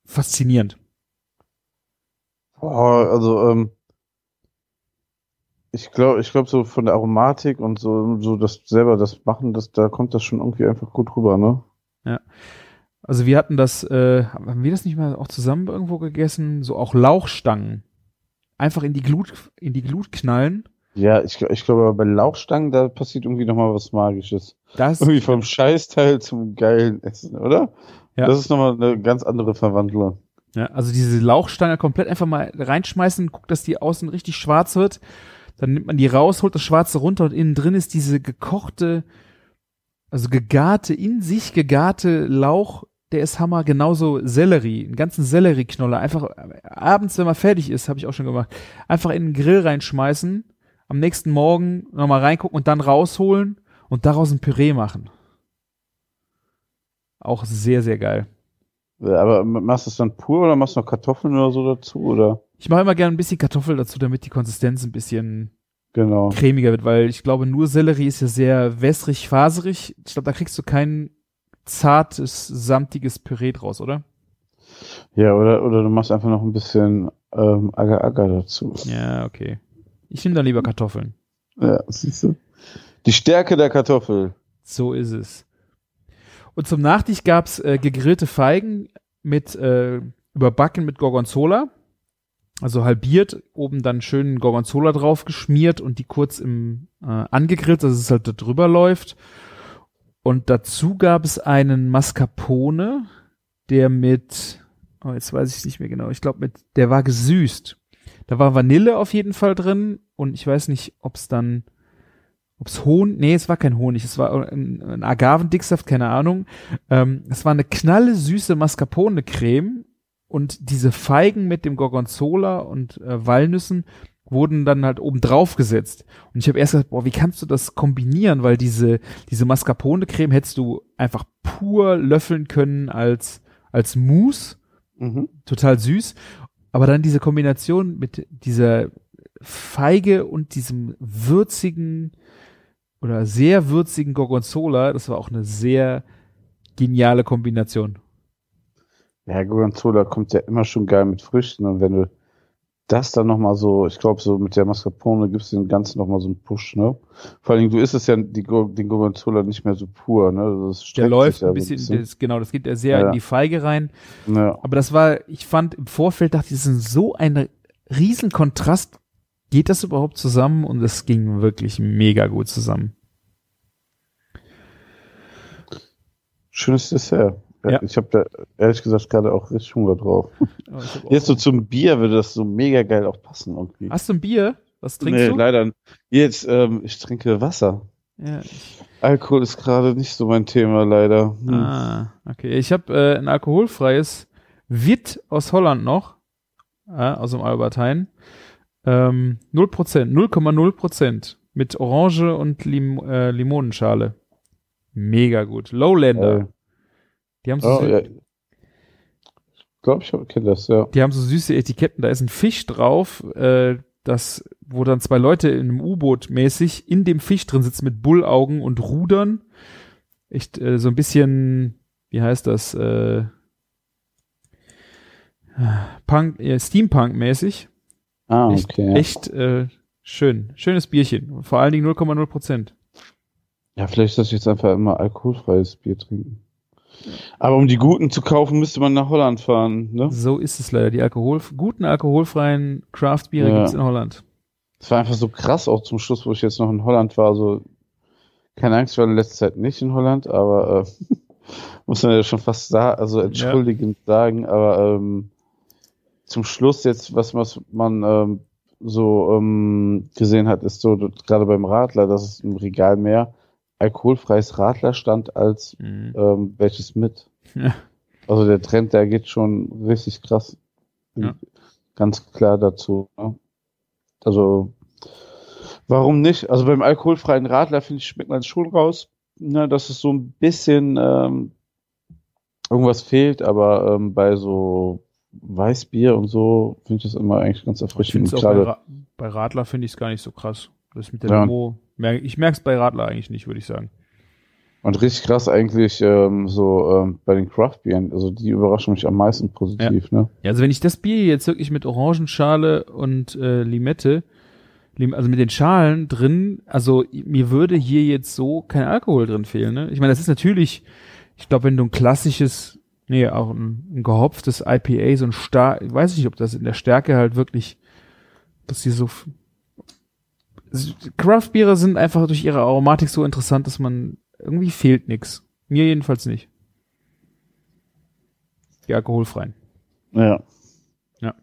faszinierend. Oh, also, ähm, Ich glaube, ich glaube so von der Aromatik und so, so das selber das machen, das, da kommt das schon irgendwie einfach gut rüber, ne? Ja. Also wir hatten das, äh, haben wir das nicht mal auch zusammen irgendwo gegessen? So auch Lauchstangen. Einfach in die Glut, in die Glut knallen. Ja, ich, ich glaube, bei Lauchstangen, da passiert irgendwie nochmal was Magisches. Das, Irgendwie vom Scheißteil zum geilen Essen, oder? Ja. Das ist nochmal eine ganz andere Verwandlung. Ja, also diese Lauchstange komplett einfach mal reinschmeißen, guckt, dass die außen richtig schwarz wird. Dann nimmt man die raus, holt das Schwarze runter und innen drin ist diese gekochte, also gegarte, in sich gegarte Lauch, der ist Hammer. Genauso Sellerie, einen ganzen Sellerieknoller. Einfach abends, wenn man fertig ist, habe ich auch schon gemacht, einfach in den Grill reinschmeißen, am nächsten Morgen nochmal reingucken und dann rausholen und daraus ein Püree machen. Auch sehr, sehr geil. Ja, aber machst du es dann pur oder machst du noch Kartoffeln oder so dazu, oder? Ich mache immer gerne ein bisschen Kartoffel dazu, damit die Konsistenz ein bisschen Genau. cremiger wird, weil ich glaube, nur Sellerie ist ja sehr wässrig, faserig. Ich glaube, da kriegst du kein zartes, samtiges Püree draus, oder? Ja, oder, oder du machst einfach noch ein bisschen ähm, Agar-Agar dazu. Ja, okay. Ich nehme dann lieber Kartoffeln. Ja, siehst du? Die Stärke der Kartoffel. So ist es. Und zum Nachtisch gab's äh, gegrillte Feigen mit äh, überbacken mit Gorgonzola. Also halbiert, oben dann schön Gorgonzola drauf geschmiert und die kurz im äh, angegrillt, dass es halt da drüber läuft. Und dazu gab es einen Mascarpone, der mit, oh, jetzt weiß ich nicht mehr genau, ich glaube mit, der war gesüßt. Da war Vanille auf jeden Fall drin und ich weiß nicht, ob es dann, ob es Honig, nee, es war kein Honig, es war ein, ein Agavendicksaft, keine Ahnung. Ähm, es war eine knalle süße Mascarpone-Creme und diese Feigen mit dem Gorgonzola und äh, Walnüssen wurden dann halt oben drauf gesetzt. Und ich habe erst gesagt, boah, wie kannst du das kombinieren? Weil diese, diese Mascarpone-Creme hättest du einfach pur löffeln können als, als Mousse. Mhm. Total süß. Aber dann diese Kombination mit dieser Feige und diesem würzigen oder sehr würzigen Gorgonzola, das war auch eine sehr geniale Kombination. Ja, Gorgonzola kommt ja immer schon geil mit Früchten und wenn du das dann nochmal so, ich glaube so mit der Mascarpone gibst du dem Ganzen nochmal so einen Push, ne? Vor allem, du isst es ja die, den Gorgonzola nicht mehr so pur, ne? Das Der läuft ja ein bisschen, so ein bisschen. Das, genau, das geht ja sehr Ja. in die Feige rein. Ja. Aber das war, ich fand im Vorfeld, dachte ich, das ist so ein riesen Kontrast. Geht das überhaupt zusammen? Und es ging wirklich mega gut zusammen. Schönes Dessert. Ja. Ja. Ich habe da ehrlich gesagt gerade auch richtig Hunger drauf. Oh, ich hab auch- Jetzt so zum Bier würde das so mega geil auch passen irgendwie. Hast du ein Bier? Was trinkst nee, du? leider. Jetzt, ähm, ich trinke Wasser. Ja, ich, Alkohol ist gerade nicht so mein Thema, leider. Hm. ah, okay. Ich habe äh, ein alkoholfreies Witt aus Holland noch, äh, aus dem Albertheim. Ähm, null Prozent, null Komma null Prozent mit Orange und Lim äh, Limonenschale. Mega gut. Lowlander. Äh, Die haben so, oh, sü- ja. Ich glaube, ich kenne das, ja. die haben so süße Etiketten. Da ist ein Fisch drauf, äh, das, wo dann zwei Leute in einem U-Boot mäßig in dem Fisch drin sitzen mit Bullaugen und Rudern. Echt äh, so ein bisschen, wie heißt das? Äh, Punk, äh, Steampunk-mäßig. Ah, Echt, okay. Ja. echt äh, schön. Schönes Bierchen. Vor allen Dingen null Komma null Prozent. ja, vielleicht sollte ich jetzt einfach immer alkoholfreies Bier trinken. Aber um die guten zu kaufen, müsste man nach Holland fahren, ne? So ist es leider. Die Alkohol, guten alkoholfreien Craft-Biere Ja. gibt's in Holland. Es war einfach so krass auch zum Schluss, wo ich jetzt noch in Holland war. So, keine Angst, ich war in letzter Zeit nicht in Holland, aber äh, muss man ja schon fast sagen, also entschuldigend sagen, aber ähm, zum Schluss jetzt, was, was man ähm, so ähm, gesehen hat, ist so, gerade beim Radler, dass es im Regal mehr alkoholfreies Radler stand als Mhm. ähm, welches mit. Ja. Also der Trend, der geht schon richtig krass. Ja. Ganz klar dazu. Ne? Also, warum nicht? Also beim alkoholfreien Radler, finde ich, schmeckt man es schon raus, ne, dass es so ein bisschen ähm, irgendwas fehlt, aber ähm, bei so Weißbier und so finde ich das immer eigentlich ganz Ich erfrischend. find's auch bei, Gerade, Ra bei Radler finde ich es gar nicht so krass. Das mit der Ja. Limo, merk, ich merke es bei Radler eigentlich nicht, würde ich sagen. und richtig krass eigentlich ähm, so ähm, bei den Craft-Bieren, also die überraschen mich am meisten positiv, ne? Ja, also wenn ich das Bier jetzt wirklich mit Orangenschale und äh, Limette also mit den Schalen drin, also mir würde hier jetzt so kein Alkohol drin fehlen, ne? Ich meine, das ist natürlich, ich glaube, wenn du ein klassisches, nee, auch ein, ein gehopftes I P A, so ein Star, ich weiß nicht, ob das in der Stärke halt wirklich, dass die so, Craft-Biere sind einfach durch ihre Aromatik so interessant, dass man, irgendwie fehlt nix. Mir jedenfalls nicht. Die alkoholfreien. Ja. Ja.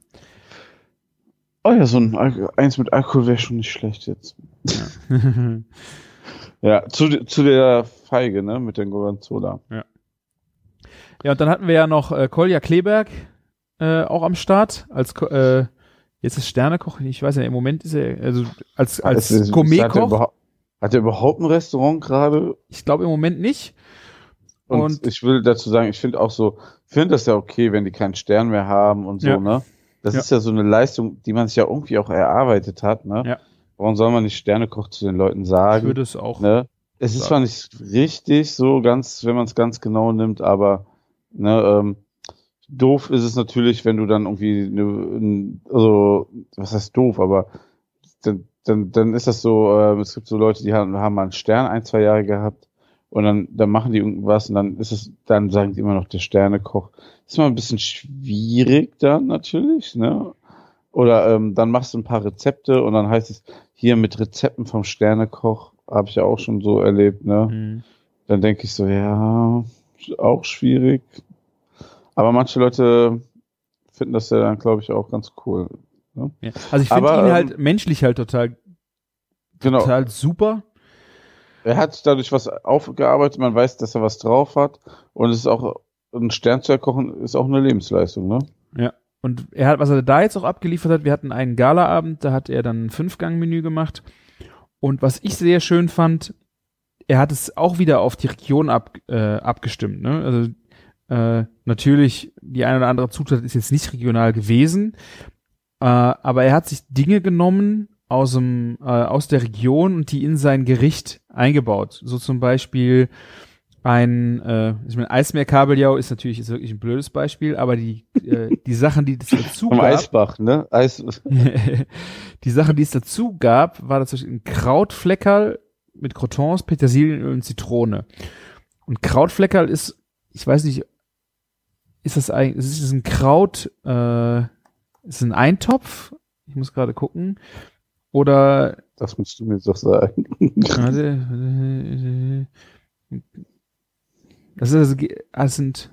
Oh ja, so ein Al- eins mit Alkohol wäre schon nicht schlecht jetzt. Ja, Ja, zu, zu der Feige, ne, mit den Gorgonzola. ja. Ja, und dann hatten wir ja noch äh, Kolja Kleberg äh, auch am Start als Ko- äh, jetzt ist Sternekoch, ich weiß ja, im Moment ist er also als als Ist- ist- Gourmetkoch. Hat er, hat er überhaupt ein Restaurant gerade? Ich glaube im Moment nicht. Und, Und- ich will dazu sagen, ich finde auch so, ich finde das ja okay, wenn die keinen Stern mehr haben und so, Ja. ne? Das Ja. ist ja so eine Leistung, die man sich ja irgendwie auch erarbeitet hat, ne? Ja. Warum soll man nicht Sternekoch zu den Leuten Ich sagen? würde es auch. Ne? Es ist sagen. zwar nicht richtig so ganz, wenn man es ganz genau nimmt, aber ne, ähm, doof ist es natürlich, wenn du dann irgendwie, ne, n- also was heißt doof, aber dann, dann, dann ist das so, äh, es gibt so Leute, die haben, haben mal einen Stern ein, zwei Jahre gehabt und dann, dann machen die irgendwas und dann ist es, dann sagen die immer noch der Sternekoch. Ist mal ein bisschen schwierig dann natürlich, ne? Oder ähm, dann machst du ein paar Rezepte und dann heißt es hier mit Rezepten vom Sternekoch, habe ich ja auch schon so erlebt, ne? Mhm. Dann denke ich so, ja, auch schwierig. Aber manche Leute finden das ja dann, glaube ich, auch ganz cool. Ne? Ja. Also ich finde Aber, ihn ähm, halt menschlich halt total, Genau. total super. Er hat dadurch was aufgearbeitet, man weiß, dass er was drauf hat. Und es ist auch, ein Stern zu erkochen, ist auch eine Lebensleistung, ne? Ja. Und er hat, was er da jetzt auch abgeliefert hat, wir hatten einen Galaabend, da hat er dann ein Fünf-Gang-Menü gemacht. Und was ich sehr schön fand, er hat es auch wieder auf die Region ab, äh, abgestimmt, ne? Also äh, natürlich, die eine oder andere Zutat ist jetzt nicht regional gewesen, äh, aber er hat sich Dinge genommen aus dem, äh, aus der Region und die in sein Gericht eingebaut. So zum Beispiel ein, äh, ich meine, Eismeerkabeljau ist natürlich ist wirklich ein blödes Beispiel, aber die, äh, die Sachen, die es dazu Vom gab, Eisbach, ne? Eis. die Sachen, die es dazu gab, war das ein Krautfleckerl mit Crotons, Petersilien und Zitrone. Und Krautfleckerl ist, ich weiß nicht, ist das eigentlich, ist es ein Kraut, äh, ist es ein Eintopf? Ich muss gerade gucken. Oder, Das musst du mir doch sagen. warte, das ist also, das sind,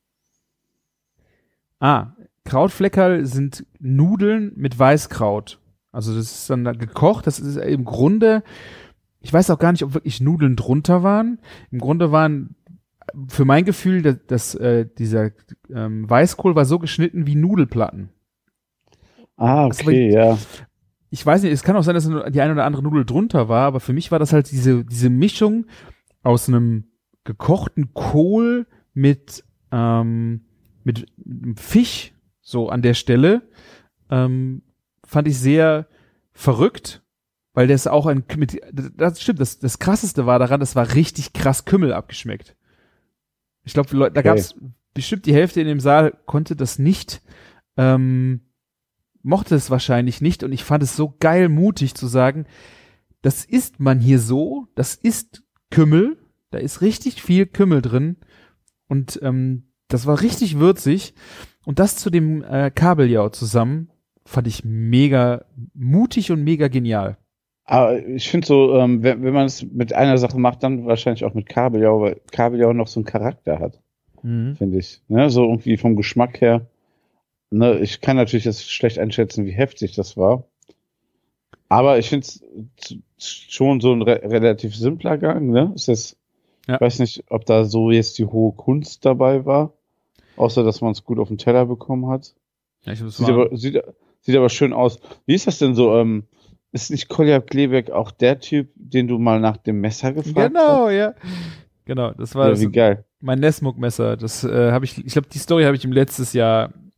ah, Krautfleckerl sind Nudeln mit Weißkraut. Also das ist dann da gekocht, das ist im Grunde, ich weiß auch gar nicht, ob wirklich Nudeln drunter waren. Im Grunde waren, für mein Gefühl, dass, dass äh, dieser ähm, Weißkohl war so geschnitten wie Nudelplatten. Ah, Das okay, war- ja. Ich weiß nicht, es kann auch sein, dass die eine oder andere Nudel drunter war, aber für mich war das halt diese, diese Mischung aus einem gekochten Kohl mit, ähm, mit einem Fisch, so an der Stelle, ähm, fand ich sehr verrückt, weil das auch ein, mit, das stimmt, das, das krasseste war daran, das war richtig krass Kümmel abgeschmeckt. Ich glaube, da Okay. gab's bestimmt die Hälfte in dem Saal konnte das nicht, ähm, mochte es wahrscheinlich nicht und ich fand es so geil mutig zu sagen, das isst man hier so, das ist Kümmel, da ist richtig viel Kümmel drin und ähm, das war richtig würzig und das zu dem äh, Kabeljau zusammen fand ich mega mutig und mega genial. Aber ich finde so, ähm, wenn, wenn man es mit einer Sache macht, dann wahrscheinlich auch mit Kabeljau, weil Kabeljau noch so einen Charakter hat, finde ich. Ne? So irgendwie vom Geschmack her. Ne? Ich kann natürlich jetzt schlecht einschätzen, wie heftig das war. Aber ich finde es schon so ein re relativ simpler Gang. Ne? Ist das, Ja. Ich weiß nicht, ob da so jetzt die hohe Kunst dabei war, außer dass man es gut auf den Teller bekommen hat. Ja, ich Sieht aber, sieht, sieht aber schön aus. Wie ist das denn so? Ähm, ist nicht Kolja Kleberg auch der Typ, den du mal nach dem Messer gefragt hast? genau, ja. Genau, das war Ja, das, wie geil. mein Nesmuk-Messer. Das äh, habe ich, ich glaube, die Story habe ich ihm letztes Jahr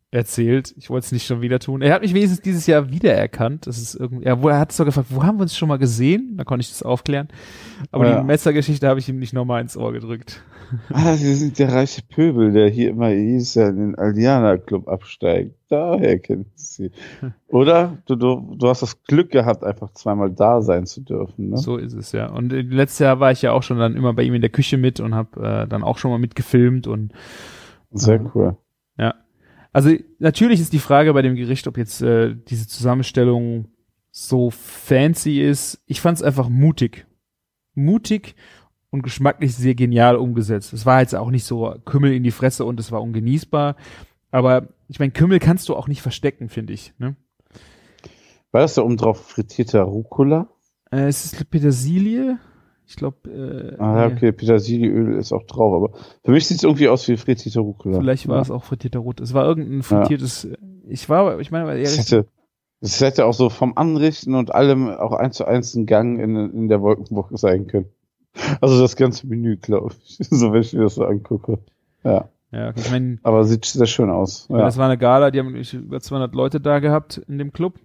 erzählt. Ich wollte es nicht schon wieder tun. Er hat mich wenigstens dieses Jahr wiedererkannt. Das ist irgendwie, ja, wo er hat sogar gefragt, wo haben wir uns schon mal gesehen? Da konnte ich das aufklären. Aber ja. Die Metzger-Geschichte habe ich ihm nicht nochmal ins Ohr gedrückt. Ah, Sie sind der reiche Pöbel, der hier immer hieß, ja in den Aldiana-Club absteigt. Daher kennen Sie. Oder? Du, du, du hast das Glück gehabt, einfach zweimal da sein zu dürfen, ne? So ist es, ja. Und äh, letztes Jahr war ich ja auch schon dann immer bei ihm in der Küche mit und habe äh, dann auch schon mal mitgefilmt und sehr äh, cool. Ja. Also natürlich ist die Frage bei dem Gericht, ob jetzt äh, diese Zusammenstellung so fancy ist. Ich fand es einfach mutig. Mutig und geschmacklich sehr genial umgesetzt. Es war jetzt auch nicht so Kümmel in die Fresse und es war ungenießbar. Aber ich meine, Kümmel kannst du auch nicht verstecken, finde ich. Ne? War das da oben drauf frittierter Rucola? Äh, es ist Petersilie. Ich glaube. Äh, ah, okay, Petersilieöl ist auch drauf, aber für mich sieht es irgendwie aus wie frittierter Rucola. Vielleicht war ja. es auch frittierter Rot. Es war irgendein frittiertes. Ja. Ich war, ich meine, das hätte, das hätte auch so vom Anrichten und allem auch eins zu eins ein Gang in, in der Wolkenwoche sein können. Also das ganze Menü, glaube ich. So, wenn ich mir das so angucke. Ja. Ja, okay, ich meine. Aber sieht sehr schön aus. Ja. Das war eine Gala, die haben über zweihundert Leute da gehabt in dem Club.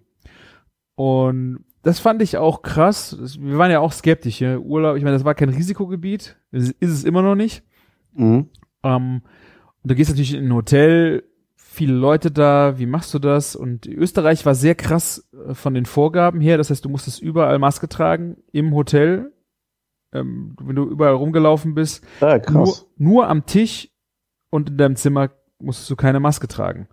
Und das fand ich auch krass. Wir waren ja auch skeptisch. Ja? Urlaub, ich meine, das war kein Risikogebiet. Das ist es immer noch nicht. Mhm. Ähm, und du gehst natürlich in ein Hotel, viele Leute da, wie machst du das? Und Österreich war sehr krass äh, von den Vorgaben her. Das heißt, du musstest überall Maske tragen im Hotel, ähm, wenn du überall rumgelaufen bist. Ja, krass. Nur, nur am Tisch und in deinem Zimmer musstest du keine Maske tragen.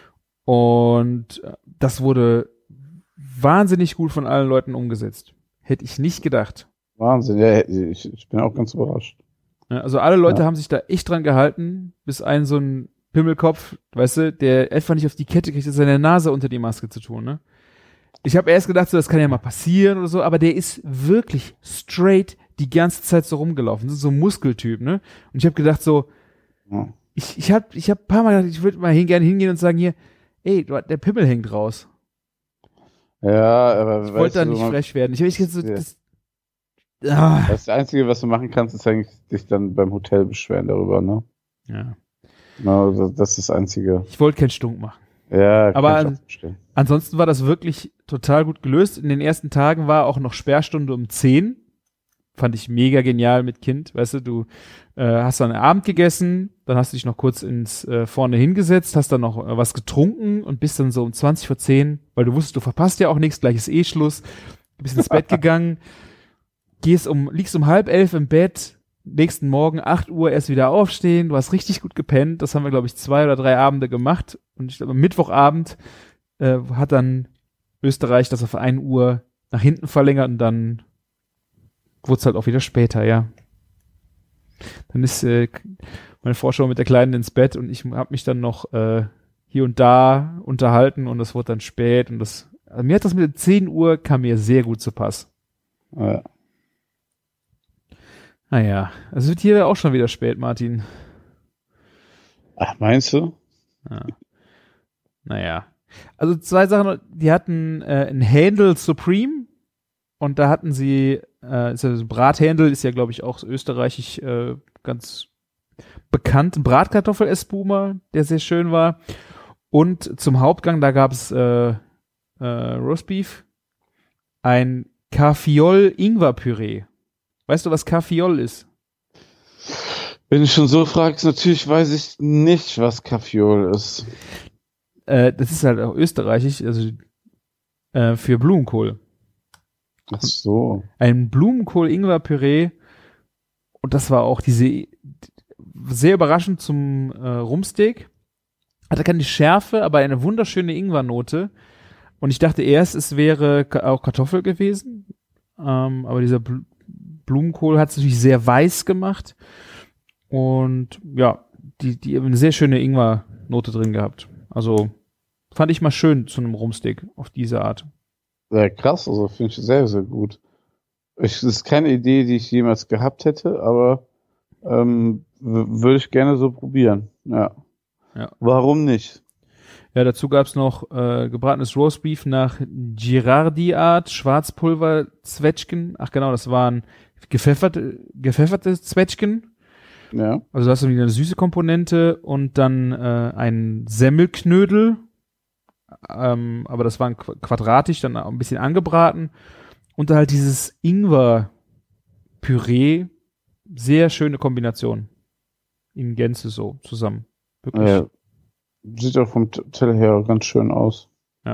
Und das wurde wahnsinnig gut von allen Leuten umgesetzt. Hätte ich nicht gedacht. Wahnsinn, ja, ich, ich bin auch ganz überrascht. Ja, also alle Leute ja. haben sich da echt dran gehalten, bis ein so ein Pimmelkopf, weißt du, der einfach nicht auf die Kette kriegt, seine Nase unter die Maske zu tun, ne? Ich habe erst gedacht, so, das kann ja mal passieren oder so, aber der ist wirklich straight die ganze Zeit so rumgelaufen. Das ist so ein Muskeltyp, ne? Und ich habe gedacht so, ja. ich ich habe ich hab ein paar Mal gedacht, ich würde mal hin, gerne hingehen und sagen hier, ey, der Pimmel hängt raus. Ja, aber ich wollte da nicht man, frech werden. Ich habe jetzt so, ja. das, ah. das Einzige, was du machen kannst, ist eigentlich dich dann beim Hotel beschweren darüber, ne? Ja. No, das ist das Einzige. Ich wollte keinen Stunk machen. Ja, aber an, ansonsten war das wirklich total gut gelöst. In den ersten Tagen war auch noch Sperrstunde um zehn. Fand ich mega genial mit Kind. Weißt du, du äh, hast dann Abend gegessen, dann hast du dich noch kurz ins äh, vorne hingesetzt, hast dann noch äh, was getrunken und bist dann so um zwanzig vor zehn, weil du wusstest, du verpasst ja auch nichts, gleich ist eh Schluss. Du bist ins Bett gegangen, gehst um, liegst um halb elf im Bett, nächsten Morgen acht Uhr erst wieder aufstehen, du hast richtig gut gepennt. Das haben wir, glaube ich, zwei oder drei Abende gemacht. Und ich glaube, am Mittwochabend äh, hat dann Österreich das auf ein Uhr nach hinten verlängert und dann wurde es halt auch wieder später, ja. Dann ist äh, meine Frau schon mit der Kleinen ins Bett und ich habe mich dann noch äh, hier und da unterhalten und das wurde dann spät und das, also mir hat das mit zehn Uhr kam mir sehr gut zu Pass. Ja. Naja, es wird hier auch schon wieder spät, Martin. Ach, meinst du? Ja. Naja. Also zwei Sachen, die hatten äh, ein Händel Supreme und da hatten sie, äh, ist ja so Brathändel, ist ja, glaube ich, auch österreichisch äh, ganz bekannt. Ein Bratkartoffel-Espuma, der sehr schön war. Und zum Hauptgang, da gab es äh, äh, Roastbeef, ein Kaffeeol-Ingwer-Püree. Weißt du, was Kaffeeol ist? Wenn du schon so fragst, natürlich weiß ich nicht, was Kaffeeol ist. Äh, das ist halt auch österreichisch, also äh, für Blumenkohl. Ach so. Ein Blumenkohl-Ingwer-Püree und das war auch diese sehr überraschend zum äh, Rumsteak. Hatte keine Schärfe, aber eine wunderschöne Ingwernote. Und ich dachte erst, es wäre ka- auch Kartoffel gewesen. Ähm, aber dieser Bl- Blumenkohl hat es natürlich sehr weiß gemacht. Und ja, die, die eine sehr schöne Ingwernote drin gehabt. Also fand ich mal schön zu einem Rumsteak auf diese Art. Ja, krass, also finde ich sehr, sehr gut. Ich, das ist keine Idee, die ich jemals gehabt hätte, aber ähm, w- würde ich gerne so probieren. Ja. Ja. Warum nicht? Ja, dazu gab's noch äh, gebratenes Roastbeef nach Girardi-Art, Schwarzpulver-Zwetschgen. Ach genau, das waren gepfefferte, gepfefferte Zwetschgen. Ja. Also du hast irgendwie eine süße Komponente und dann äh, ein Semmelknödel, ähm, aber das war ein Qu- quadratisch, dann auch ein bisschen angebraten und dann halt dieses Ingwer-Püree, sehr schöne Kombination in Gänze so zusammen. Wirklich. Ja. Sieht auch vom T- Teller her ganz schön aus. Ja.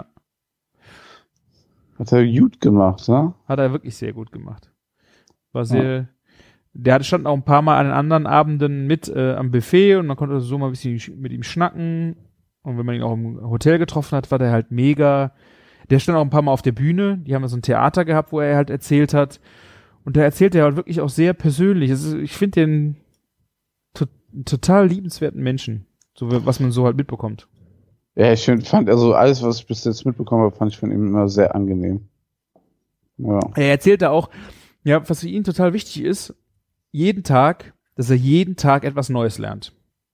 Hat er gut gemacht, ne? Hat er wirklich sehr gut gemacht. War sehr, ja. Der hat, stand auch ein paar Mal an den anderen Abenden mit äh, am Buffet und man konnte so mal ein bisschen sch- mit ihm schnacken. Und wenn man ihn auch im Hotel getroffen hat, war der halt mega. Der stand auch ein paar Mal auf der Bühne. Die haben ja so ein Theater gehabt, wo er halt erzählt hat. Und da erzählt er halt wirklich auch sehr persönlich. Es ist, ich finde den to- total liebenswerten Menschen. So, was man so halt mitbekommt. Ja, ich find, fand also alles, was ich bis jetzt mitbekommen habe, fand ich von ihm immer sehr angenehm. Ja. Er erzählt da auch, ja, was für ihn total wichtig ist, jeden Tag, dass er jeden Tag etwas Neues lernt.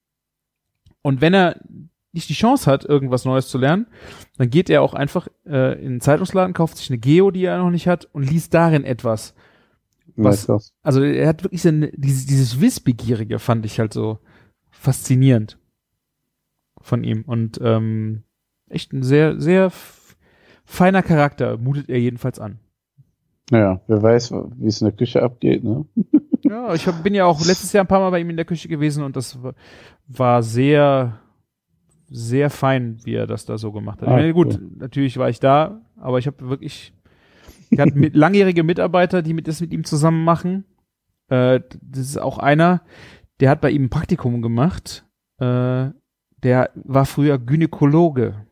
Und wenn er nicht die Chance hat, irgendwas Neues zu lernen, dann geht er auch einfach äh, in den Zeitungsladen, kauft sich eine Geo, die er noch nicht hat, und liest darin etwas. Was, Ja, also er hat wirklich so eine, dieses, dieses Wissbegierige, fand ich halt so faszinierend von ihm. Und ähm, echt ein sehr, sehr f- feiner Charakter, mutet er jedenfalls an. Ja, wer weiß, wie es in der Küche abgeht, ne? Ja, ich hab, bin ja auch letztes Jahr ein paar Mal bei ihm in der Küche gewesen und das war, war sehr, sehr fein, wie er das da so gemacht hat. Ah, ich meine, gut, cool. natürlich war ich da, aber ich habe wirklich, ich hatte mit, langjährige Mitarbeiter, die mit, das mit ihm zusammen machen. Äh, das ist auch einer, der hat bei ihm ein Praktikum gemacht. Äh, der war früher Gynäkologe.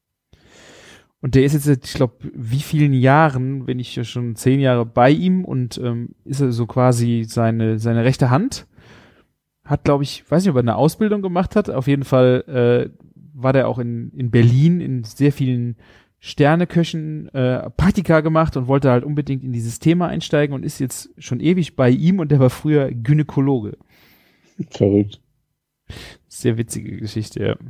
Und der ist jetzt, seit, ich glaube, wie vielen Jahren, wenn ich ja schon zehn Jahre bei ihm und ähm, ist er so quasi seine seine rechte Hand. Hat, glaube ich, weiß nicht, ob er eine Ausbildung gemacht hat. Auf jeden Fall äh, war der auch in in Berlin in sehr vielen Sterneköchen äh, Praktika gemacht und wollte halt unbedingt in dieses Thema einsteigen und ist jetzt schon ewig bei ihm und der war früher Gynäkologe. Verrückt. Sehr witzige Geschichte, ja.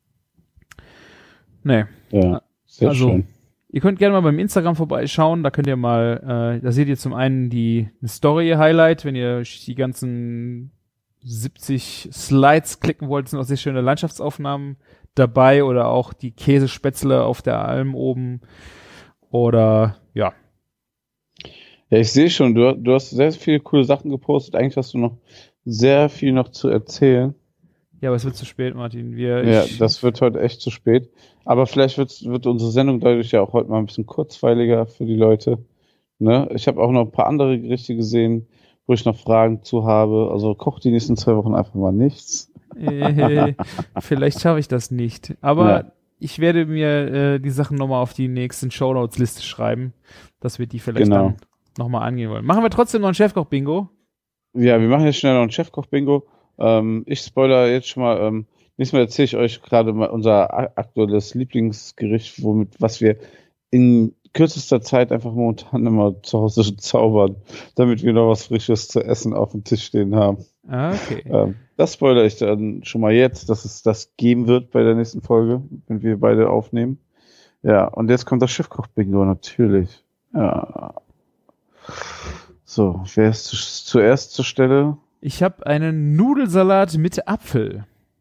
Nee. Ja, sehr also, schön. Ihr könnt gerne mal beim Instagram vorbeischauen, da könnt ihr mal, äh, da seht ihr zum einen die Story-Highlight, wenn ihr die ganzen siebzig Slides klicken wollt, sind auch sehr schöne Landschaftsaufnahmen dabei oder auch die Käsespätzle auf der Alm oben oder, ja. Ja, ich sehe schon, du, du hast sehr viele coole Sachen gepostet. Eigentlich hast du noch sehr viel noch zu erzählen. Ja, aber es wird zu spät, Martin. Wir, Ja, ich, das wird heute echt zu spät. Aber vielleicht wird's, wird unsere Sendung dadurch ja auch heute mal ein bisschen kurzweiliger für die Leute. Ne? Ich habe auch noch ein paar andere Gerichte gesehen, wo ich noch Fragen zu habe. Also koch die nächsten zwei Wochen einfach mal nichts. äh, vielleicht schaffe ich das nicht. Aber Ja. ich werde mir äh, die Sachen nochmal auf die nächsten Shownotes-Liste schreiben, dass wir die vielleicht Genau. dann nochmal angehen wollen. Machen wir trotzdem noch ein Chefkoch-Bingo? Ja, wir machen jetzt schnell noch ein Chefkoch-Bingo. Ähm, ich spoiler jetzt schon mal. Ähm, nächstes Mal erzähle ich euch gerade mal unser a- aktuelles Lieblingsgericht, womit was wir in kürzester Zeit einfach momentan immer zu Hause zaubern, damit wir noch was Frisches zu essen auf dem Tisch stehen haben. Ah, okay. Ähm, das spoilere ich dann schon mal jetzt, dass es das geben wird bei der nächsten Folge, wenn wir beide aufnehmen. Ja, und jetzt kommt das Chefkoch-Bingo natürlich. Ja. So, wer ist zu, zuerst zur Stelle? Ich habe einen Nudelsalat mit Apfel.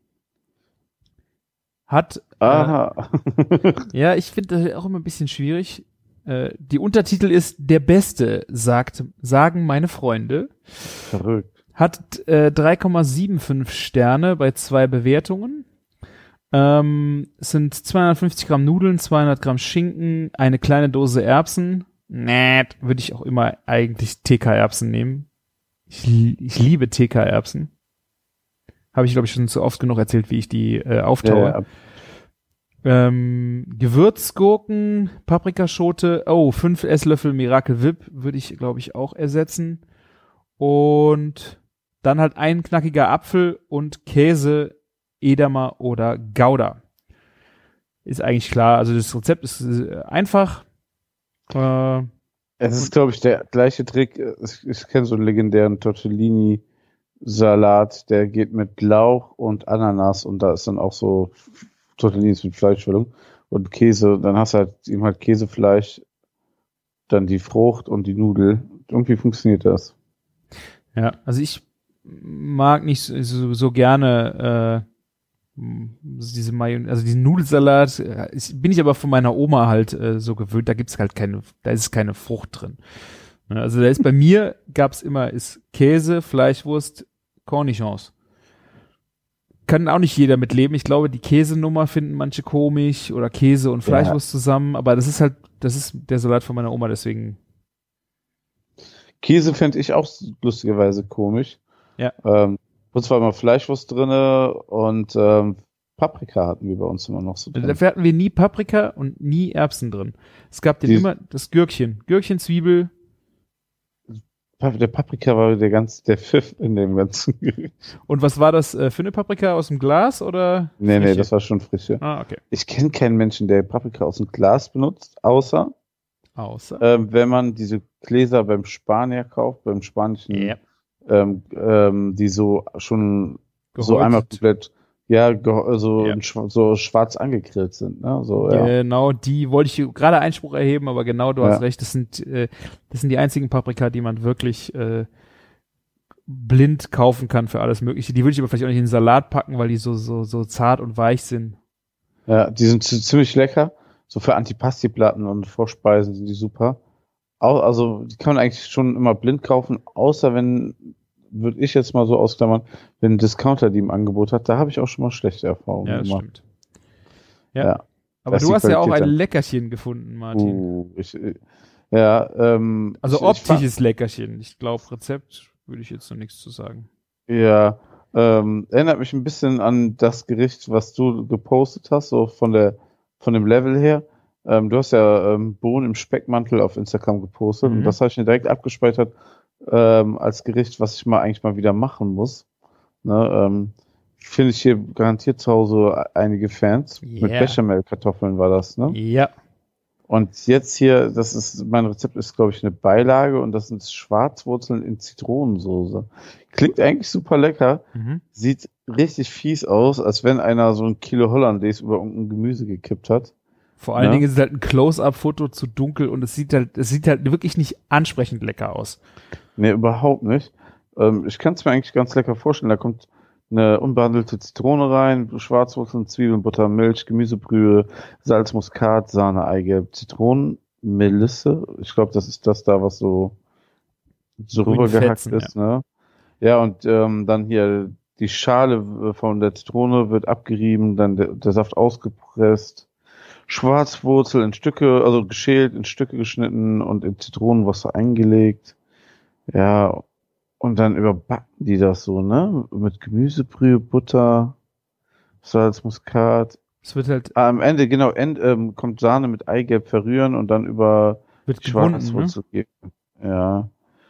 Hat, Aha. äh, ja, ich finde das auch immer ein bisschen schwierig. Äh, die Untertitel ist Der Beste, sagt, sagen meine Freunde. Verrückt. Hat äh, drei Komma fünfundsiebzig Sterne bei zwei Bewertungen. Ähm, es sind zweihundertfünfzig Gramm Nudeln, zweihundert Gramm Schinken, eine kleine Dose Erbsen. Nett, würde ich auch immer eigentlich T K-Erbsen nehmen. Ich, ich liebe T K-Erbsen. Habe ich, glaube ich, schon so oft genug erzählt, wie ich die äh, auftaue. Ja, ja. Ähm, Gewürzgurken, Paprikaschote, oh, fünf Esslöffel Miracle Whip würde ich, glaube ich, auch ersetzen. Und dann halt ein knackiger Apfel und Käse, Edamer oder Gouda. Ist eigentlich klar. Also das Rezept ist äh, einfach. Äh, Es ist, glaube ich, der gleiche Trick. Ich, ich kenne so einen legendären Tortellini-Salat, der geht mit Lauch und Ananas und da ist dann auch so Tortellinis mit Fleischfüllung und Käse. Dann hast du halt eben halt Käsefleisch, dann die Frucht und die Nudel. Irgendwie funktioniert das. ja, also ich mag nicht so, so gerne äh, diese Mayon, also diesen Nudelsalat. Ich, bin ich aber von meiner Oma halt äh, so gewöhnt. Da gibt's halt keine, da ist keine Frucht drin. Also da ist bei mir gab's immer ist Käse, Fleischwurst, Cornichons. Kann auch nicht jeder mitleben. Ich glaube, die Käsenummer finden manche komisch oder Käse und Fleischwurst ja. zusammen. Aber das ist halt, das ist der Salat von meiner Oma, deswegen. Käse fände ich auch lustigerweise komisch. Ja. Ähm, uns war immer Fleischwurst drinne und ähm, Paprika hatten wir bei uns immer noch so drin. Dafür hatten wir nie Paprika und nie Erbsen drin. Es gab den Die, immer das Gürkchen. Gürkchen, Zwiebel. Der Paprika war der ganz, der Pfiff in dem ganzen Gericht. Und was war das äh, für eine Paprika? Aus dem Glas oder? Nee, frische? nee, das war schon frische. Ah, okay. Ich kenne keinen Menschen, der Paprika aus dem Glas benutzt, außer, außer? Ähm, wenn man diese Gläser beim Spanier kauft, beim spanischen, yep. ähm, ähm, die so schon Gehäutet. so einmal komplett, ja, ge- so, Yep. schwa- so schwarz angegrillt sind, ne? So, ja. Genau, die wollte ich gerade Einspruch erheben, aber genau, du Ja. hast recht, das sind, äh, das sind die einzigen Paprika, die man wirklich äh, blind kaufen kann für alles Mögliche. Die würde ich aber vielleicht auch nicht in den Salat packen, weil die so, so, so zart und weich sind. Ja, die sind z- ziemlich lecker. So für Antipasti-Platten und Vorspeisen sind die super. Auch, also, die kann man eigentlich schon immer blind kaufen, außer wenn, würde ich jetzt mal so ausklammern, wenn ein Discounter die im Angebot hat, da habe ich auch schon mal schlechte Erfahrungen Ja, das gemacht. stimmt. Ja. Ja. Aber Das du ist die hast ja auch Qualität ein dann. Leckerchen gefunden, Martin. Uh, ich, ja, ähm, Also ich, ich optisches Leckerchen. Ich glaube, Rezept würde ich jetzt noch nichts zu sagen. Ja, ähm, erinnert mich ein bisschen an das Gericht, was du gepostet hast, so von der, von dem Level her. Ähm, du hast ja ähm, Bohnen im Speckmantel auf Instagram gepostet Mhm. und das habe ich mir direkt abgespeichert ähm, als Gericht, was ich mal eigentlich mal wieder machen muss. Ne, ähm, finde ich hier garantiert zu Hause einige Fans. Mit Yeah. Bechamelkartoffeln war das, ne? Ja. Und jetzt hier, das ist, mein Rezept ist, glaube ich, eine Beilage und das sind Schwarzwurzeln in Zitronensoße. Klingt eigentlich super lecker, Mhm. sieht richtig fies aus, als wenn einer so ein Kilo Hollandaise über irgendein Gemüse gekippt hat. Vor allen Ja. Dingen ist es halt ein Close-Up-Foto zu dunkel und es sieht halt, es sieht halt wirklich nicht ansprechend lecker aus. Nee, überhaupt nicht. Ähm, ich kann es mir eigentlich ganz lecker vorstellen. Da kommt eine unbehandelte Zitrone rein, Schwarzwurzeln, Zwiebeln, Butter, Milch, Gemüsebrühe, Salz, Muskat, Sahne, Eigelb, Zitronen, Melisse. Ich glaube, das ist das da, was so, so So in rübergehackt Fetzen, ist, ne? Ja, und ähm, dann hier die Schale von der Zitrone wird abgerieben, dann der, der Saft ausgepresst. Schwarzwurzel in Stücke, also geschält, in Stücke geschnitten und in Zitronenwasser eingelegt. Ja, und dann überbacken die das so, ne? Mit Gemüsebrühe, Butter, Salz, Muskat. Es wird halt, Ah, am Ende, genau, end, ähm, kommt Sahne mit Eigelb verrühren und dann über wird gebunden, ne? Schwarzwurzel geben. Ja.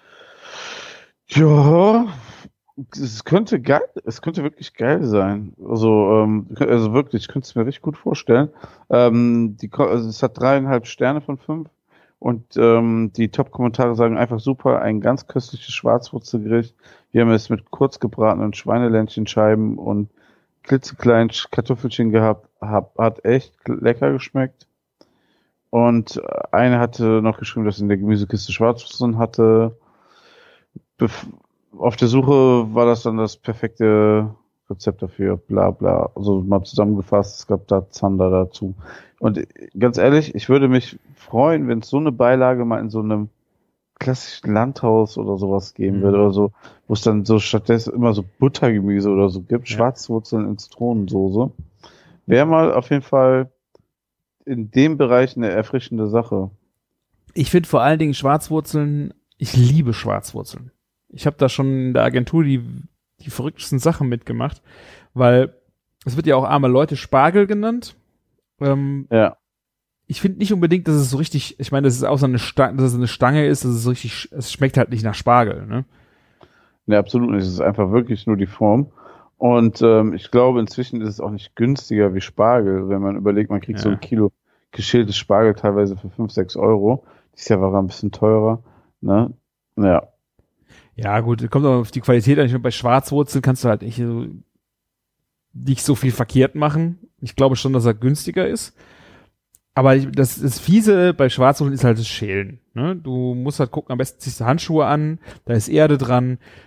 Ja, es könnte geil, es könnte wirklich geil sein. Also, ähm, also wirklich, ich könnte es mir richtig gut vorstellen. Ähm, die, Ko- also es hat dreieinhalb Sterne von fünf und ähm, die Top-Kommentare sagen einfach super, ein ganz köstliches Schwarzwurzelgericht. Wir haben es mit kurz gebratenen Schweineländchenscheiben und klitzekleinen Sch- Kartoffelchen gehabt, hab, hat echt lecker geschmeckt. Und eine hatte noch geschrieben, dass sie in der Gemüsekiste Schwarzwurzeln hatte. Bef- auf der Suche war das dann das perfekte Rezept dafür, bla bla. Also mal zusammengefasst, es gab da Zander dazu. Und äh, ganz ehrlich, ich würde mich freuen, wenn es so eine Beilage mal in so einem klassischen Landhaus oder sowas geben Mhm. würde oder so, wo es dann so stattdessen immer so Buttergemüse oder so gibt, Ja. Schwarzwurzeln in Zitronensoße. Wäre mal auf jeden Fall in dem Bereich eine erfrischende Sache. Ich finde vor allen Dingen Schwarzwurzeln, ich liebe Schwarzwurzeln. Ich habe da schon in der Agentur die, die verrücktesten Sachen mitgemacht, weil es wird ja auch arme Leute Spargel genannt. Ähm, Ja. ich finde nicht unbedingt, dass es so richtig, ich meine, dass es auch so eine Stange, dass es eine Stange ist, dass es so richtig, es schmeckt halt nicht nach Spargel, ne? Ne, absolut nicht. Es ist einfach wirklich nur die Form. Und ähm, ich glaube, inzwischen ist es auch nicht günstiger wie Spargel, wenn man überlegt, man kriegt Ja. so ein Kilo geschältes Spargel teilweise für fünf, sechs Euro. Dieses Jahr war er ein bisschen teurer. Ne? Ja. Ja, gut, kommt aber auf die Qualität an. Ich meine, bei Schwarzwurzeln kannst du halt nicht so, nicht so viel verkehrt machen. Ich glaube schon, dass er günstiger ist. Aber ich, das, das Fiese bei Schwarzwurzeln ist halt das Schälen. Ne? Du musst halt gucken, am besten ziehst du Handschuhe an, da ist Erde dran.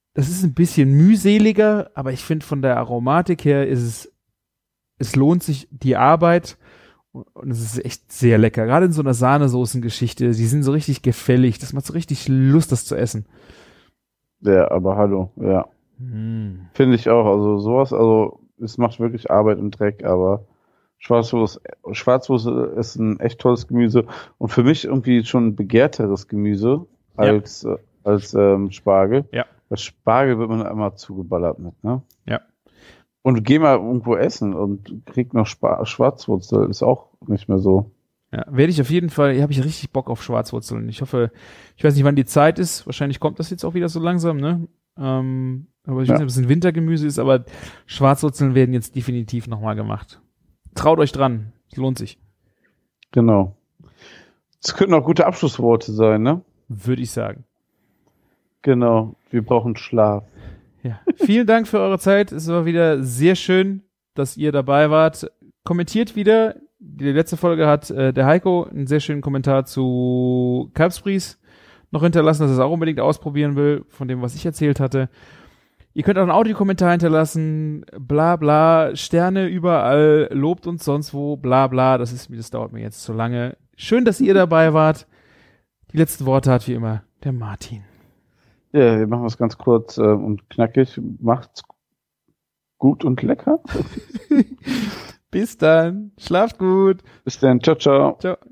das ist ein bisschen mühseliger, aber ich finde von der Aromatik her ist es, es lohnt sich die Arbeit und es ist echt sehr lecker. Gerade in so einer Sahnesoßengeschichte, die sind so richtig gefällig, das macht so richtig Lust, das zu essen. Ja, aber hallo, ja. Hm. Finde ich auch, also sowas, also es macht wirklich Arbeit und Dreck, aber Schwarzwurst, Schwarzwurst ist ein echt tolles Gemüse und für mich irgendwie schon ein begehrteres Gemüse als, ja. äh, als ähm, Spargel. Ja. Weil Spargel wird man immer zugeballert mit, ne? Ja. Und geh mal irgendwo essen und krieg noch Sp- Schwarzwurzel, ist auch nicht mehr so. Ja, werde ich auf jeden Fall, hier habe ich richtig Bock auf Schwarzwurzeln. Ich hoffe, ich weiß nicht, wann die Zeit ist, wahrscheinlich kommt das jetzt auch wieder so langsam, ne? Ähm, aber ich Ja. weiß nicht, ob es ein Wintergemüse ist, aber Schwarzwurzeln werden jetzt definitiv nochmal gemacht. Traut euch dran, es lohnt sich. Genau. Das könnten auch gute Abschlussworte sein, ne? Würde ich sagen. Genau, wir brauchen Schlaf. Ja. Vielen Dank für eure Zeit. Es war wieder sehr schön, dass ihr dabei wart. Kommentiert wieder. Die letzte Folge hat äh, der Heiko einen sehr schönen Kommentar zu Kalbsbries noch hinterlassen, dass er es auch unbedingt ausprobieren will, von dem, was ich erzählt hatte. Ihr könnt auch einen Audiokommentar hinterlassen, bla bla, Sterne überall, lobt uns sonst wo, bla bla. Das ist mir, das dauert mir jetzt zu lange. Schön, dass ihr dabei wart. Die letzten Worte hat wie immer der Martin. Ja, wir machen das ganz kurz äh, und knackig. Macht's gut und lecker. Bis dann. Schlaft gut. Bis dann. Ciao, ciao. Ciao.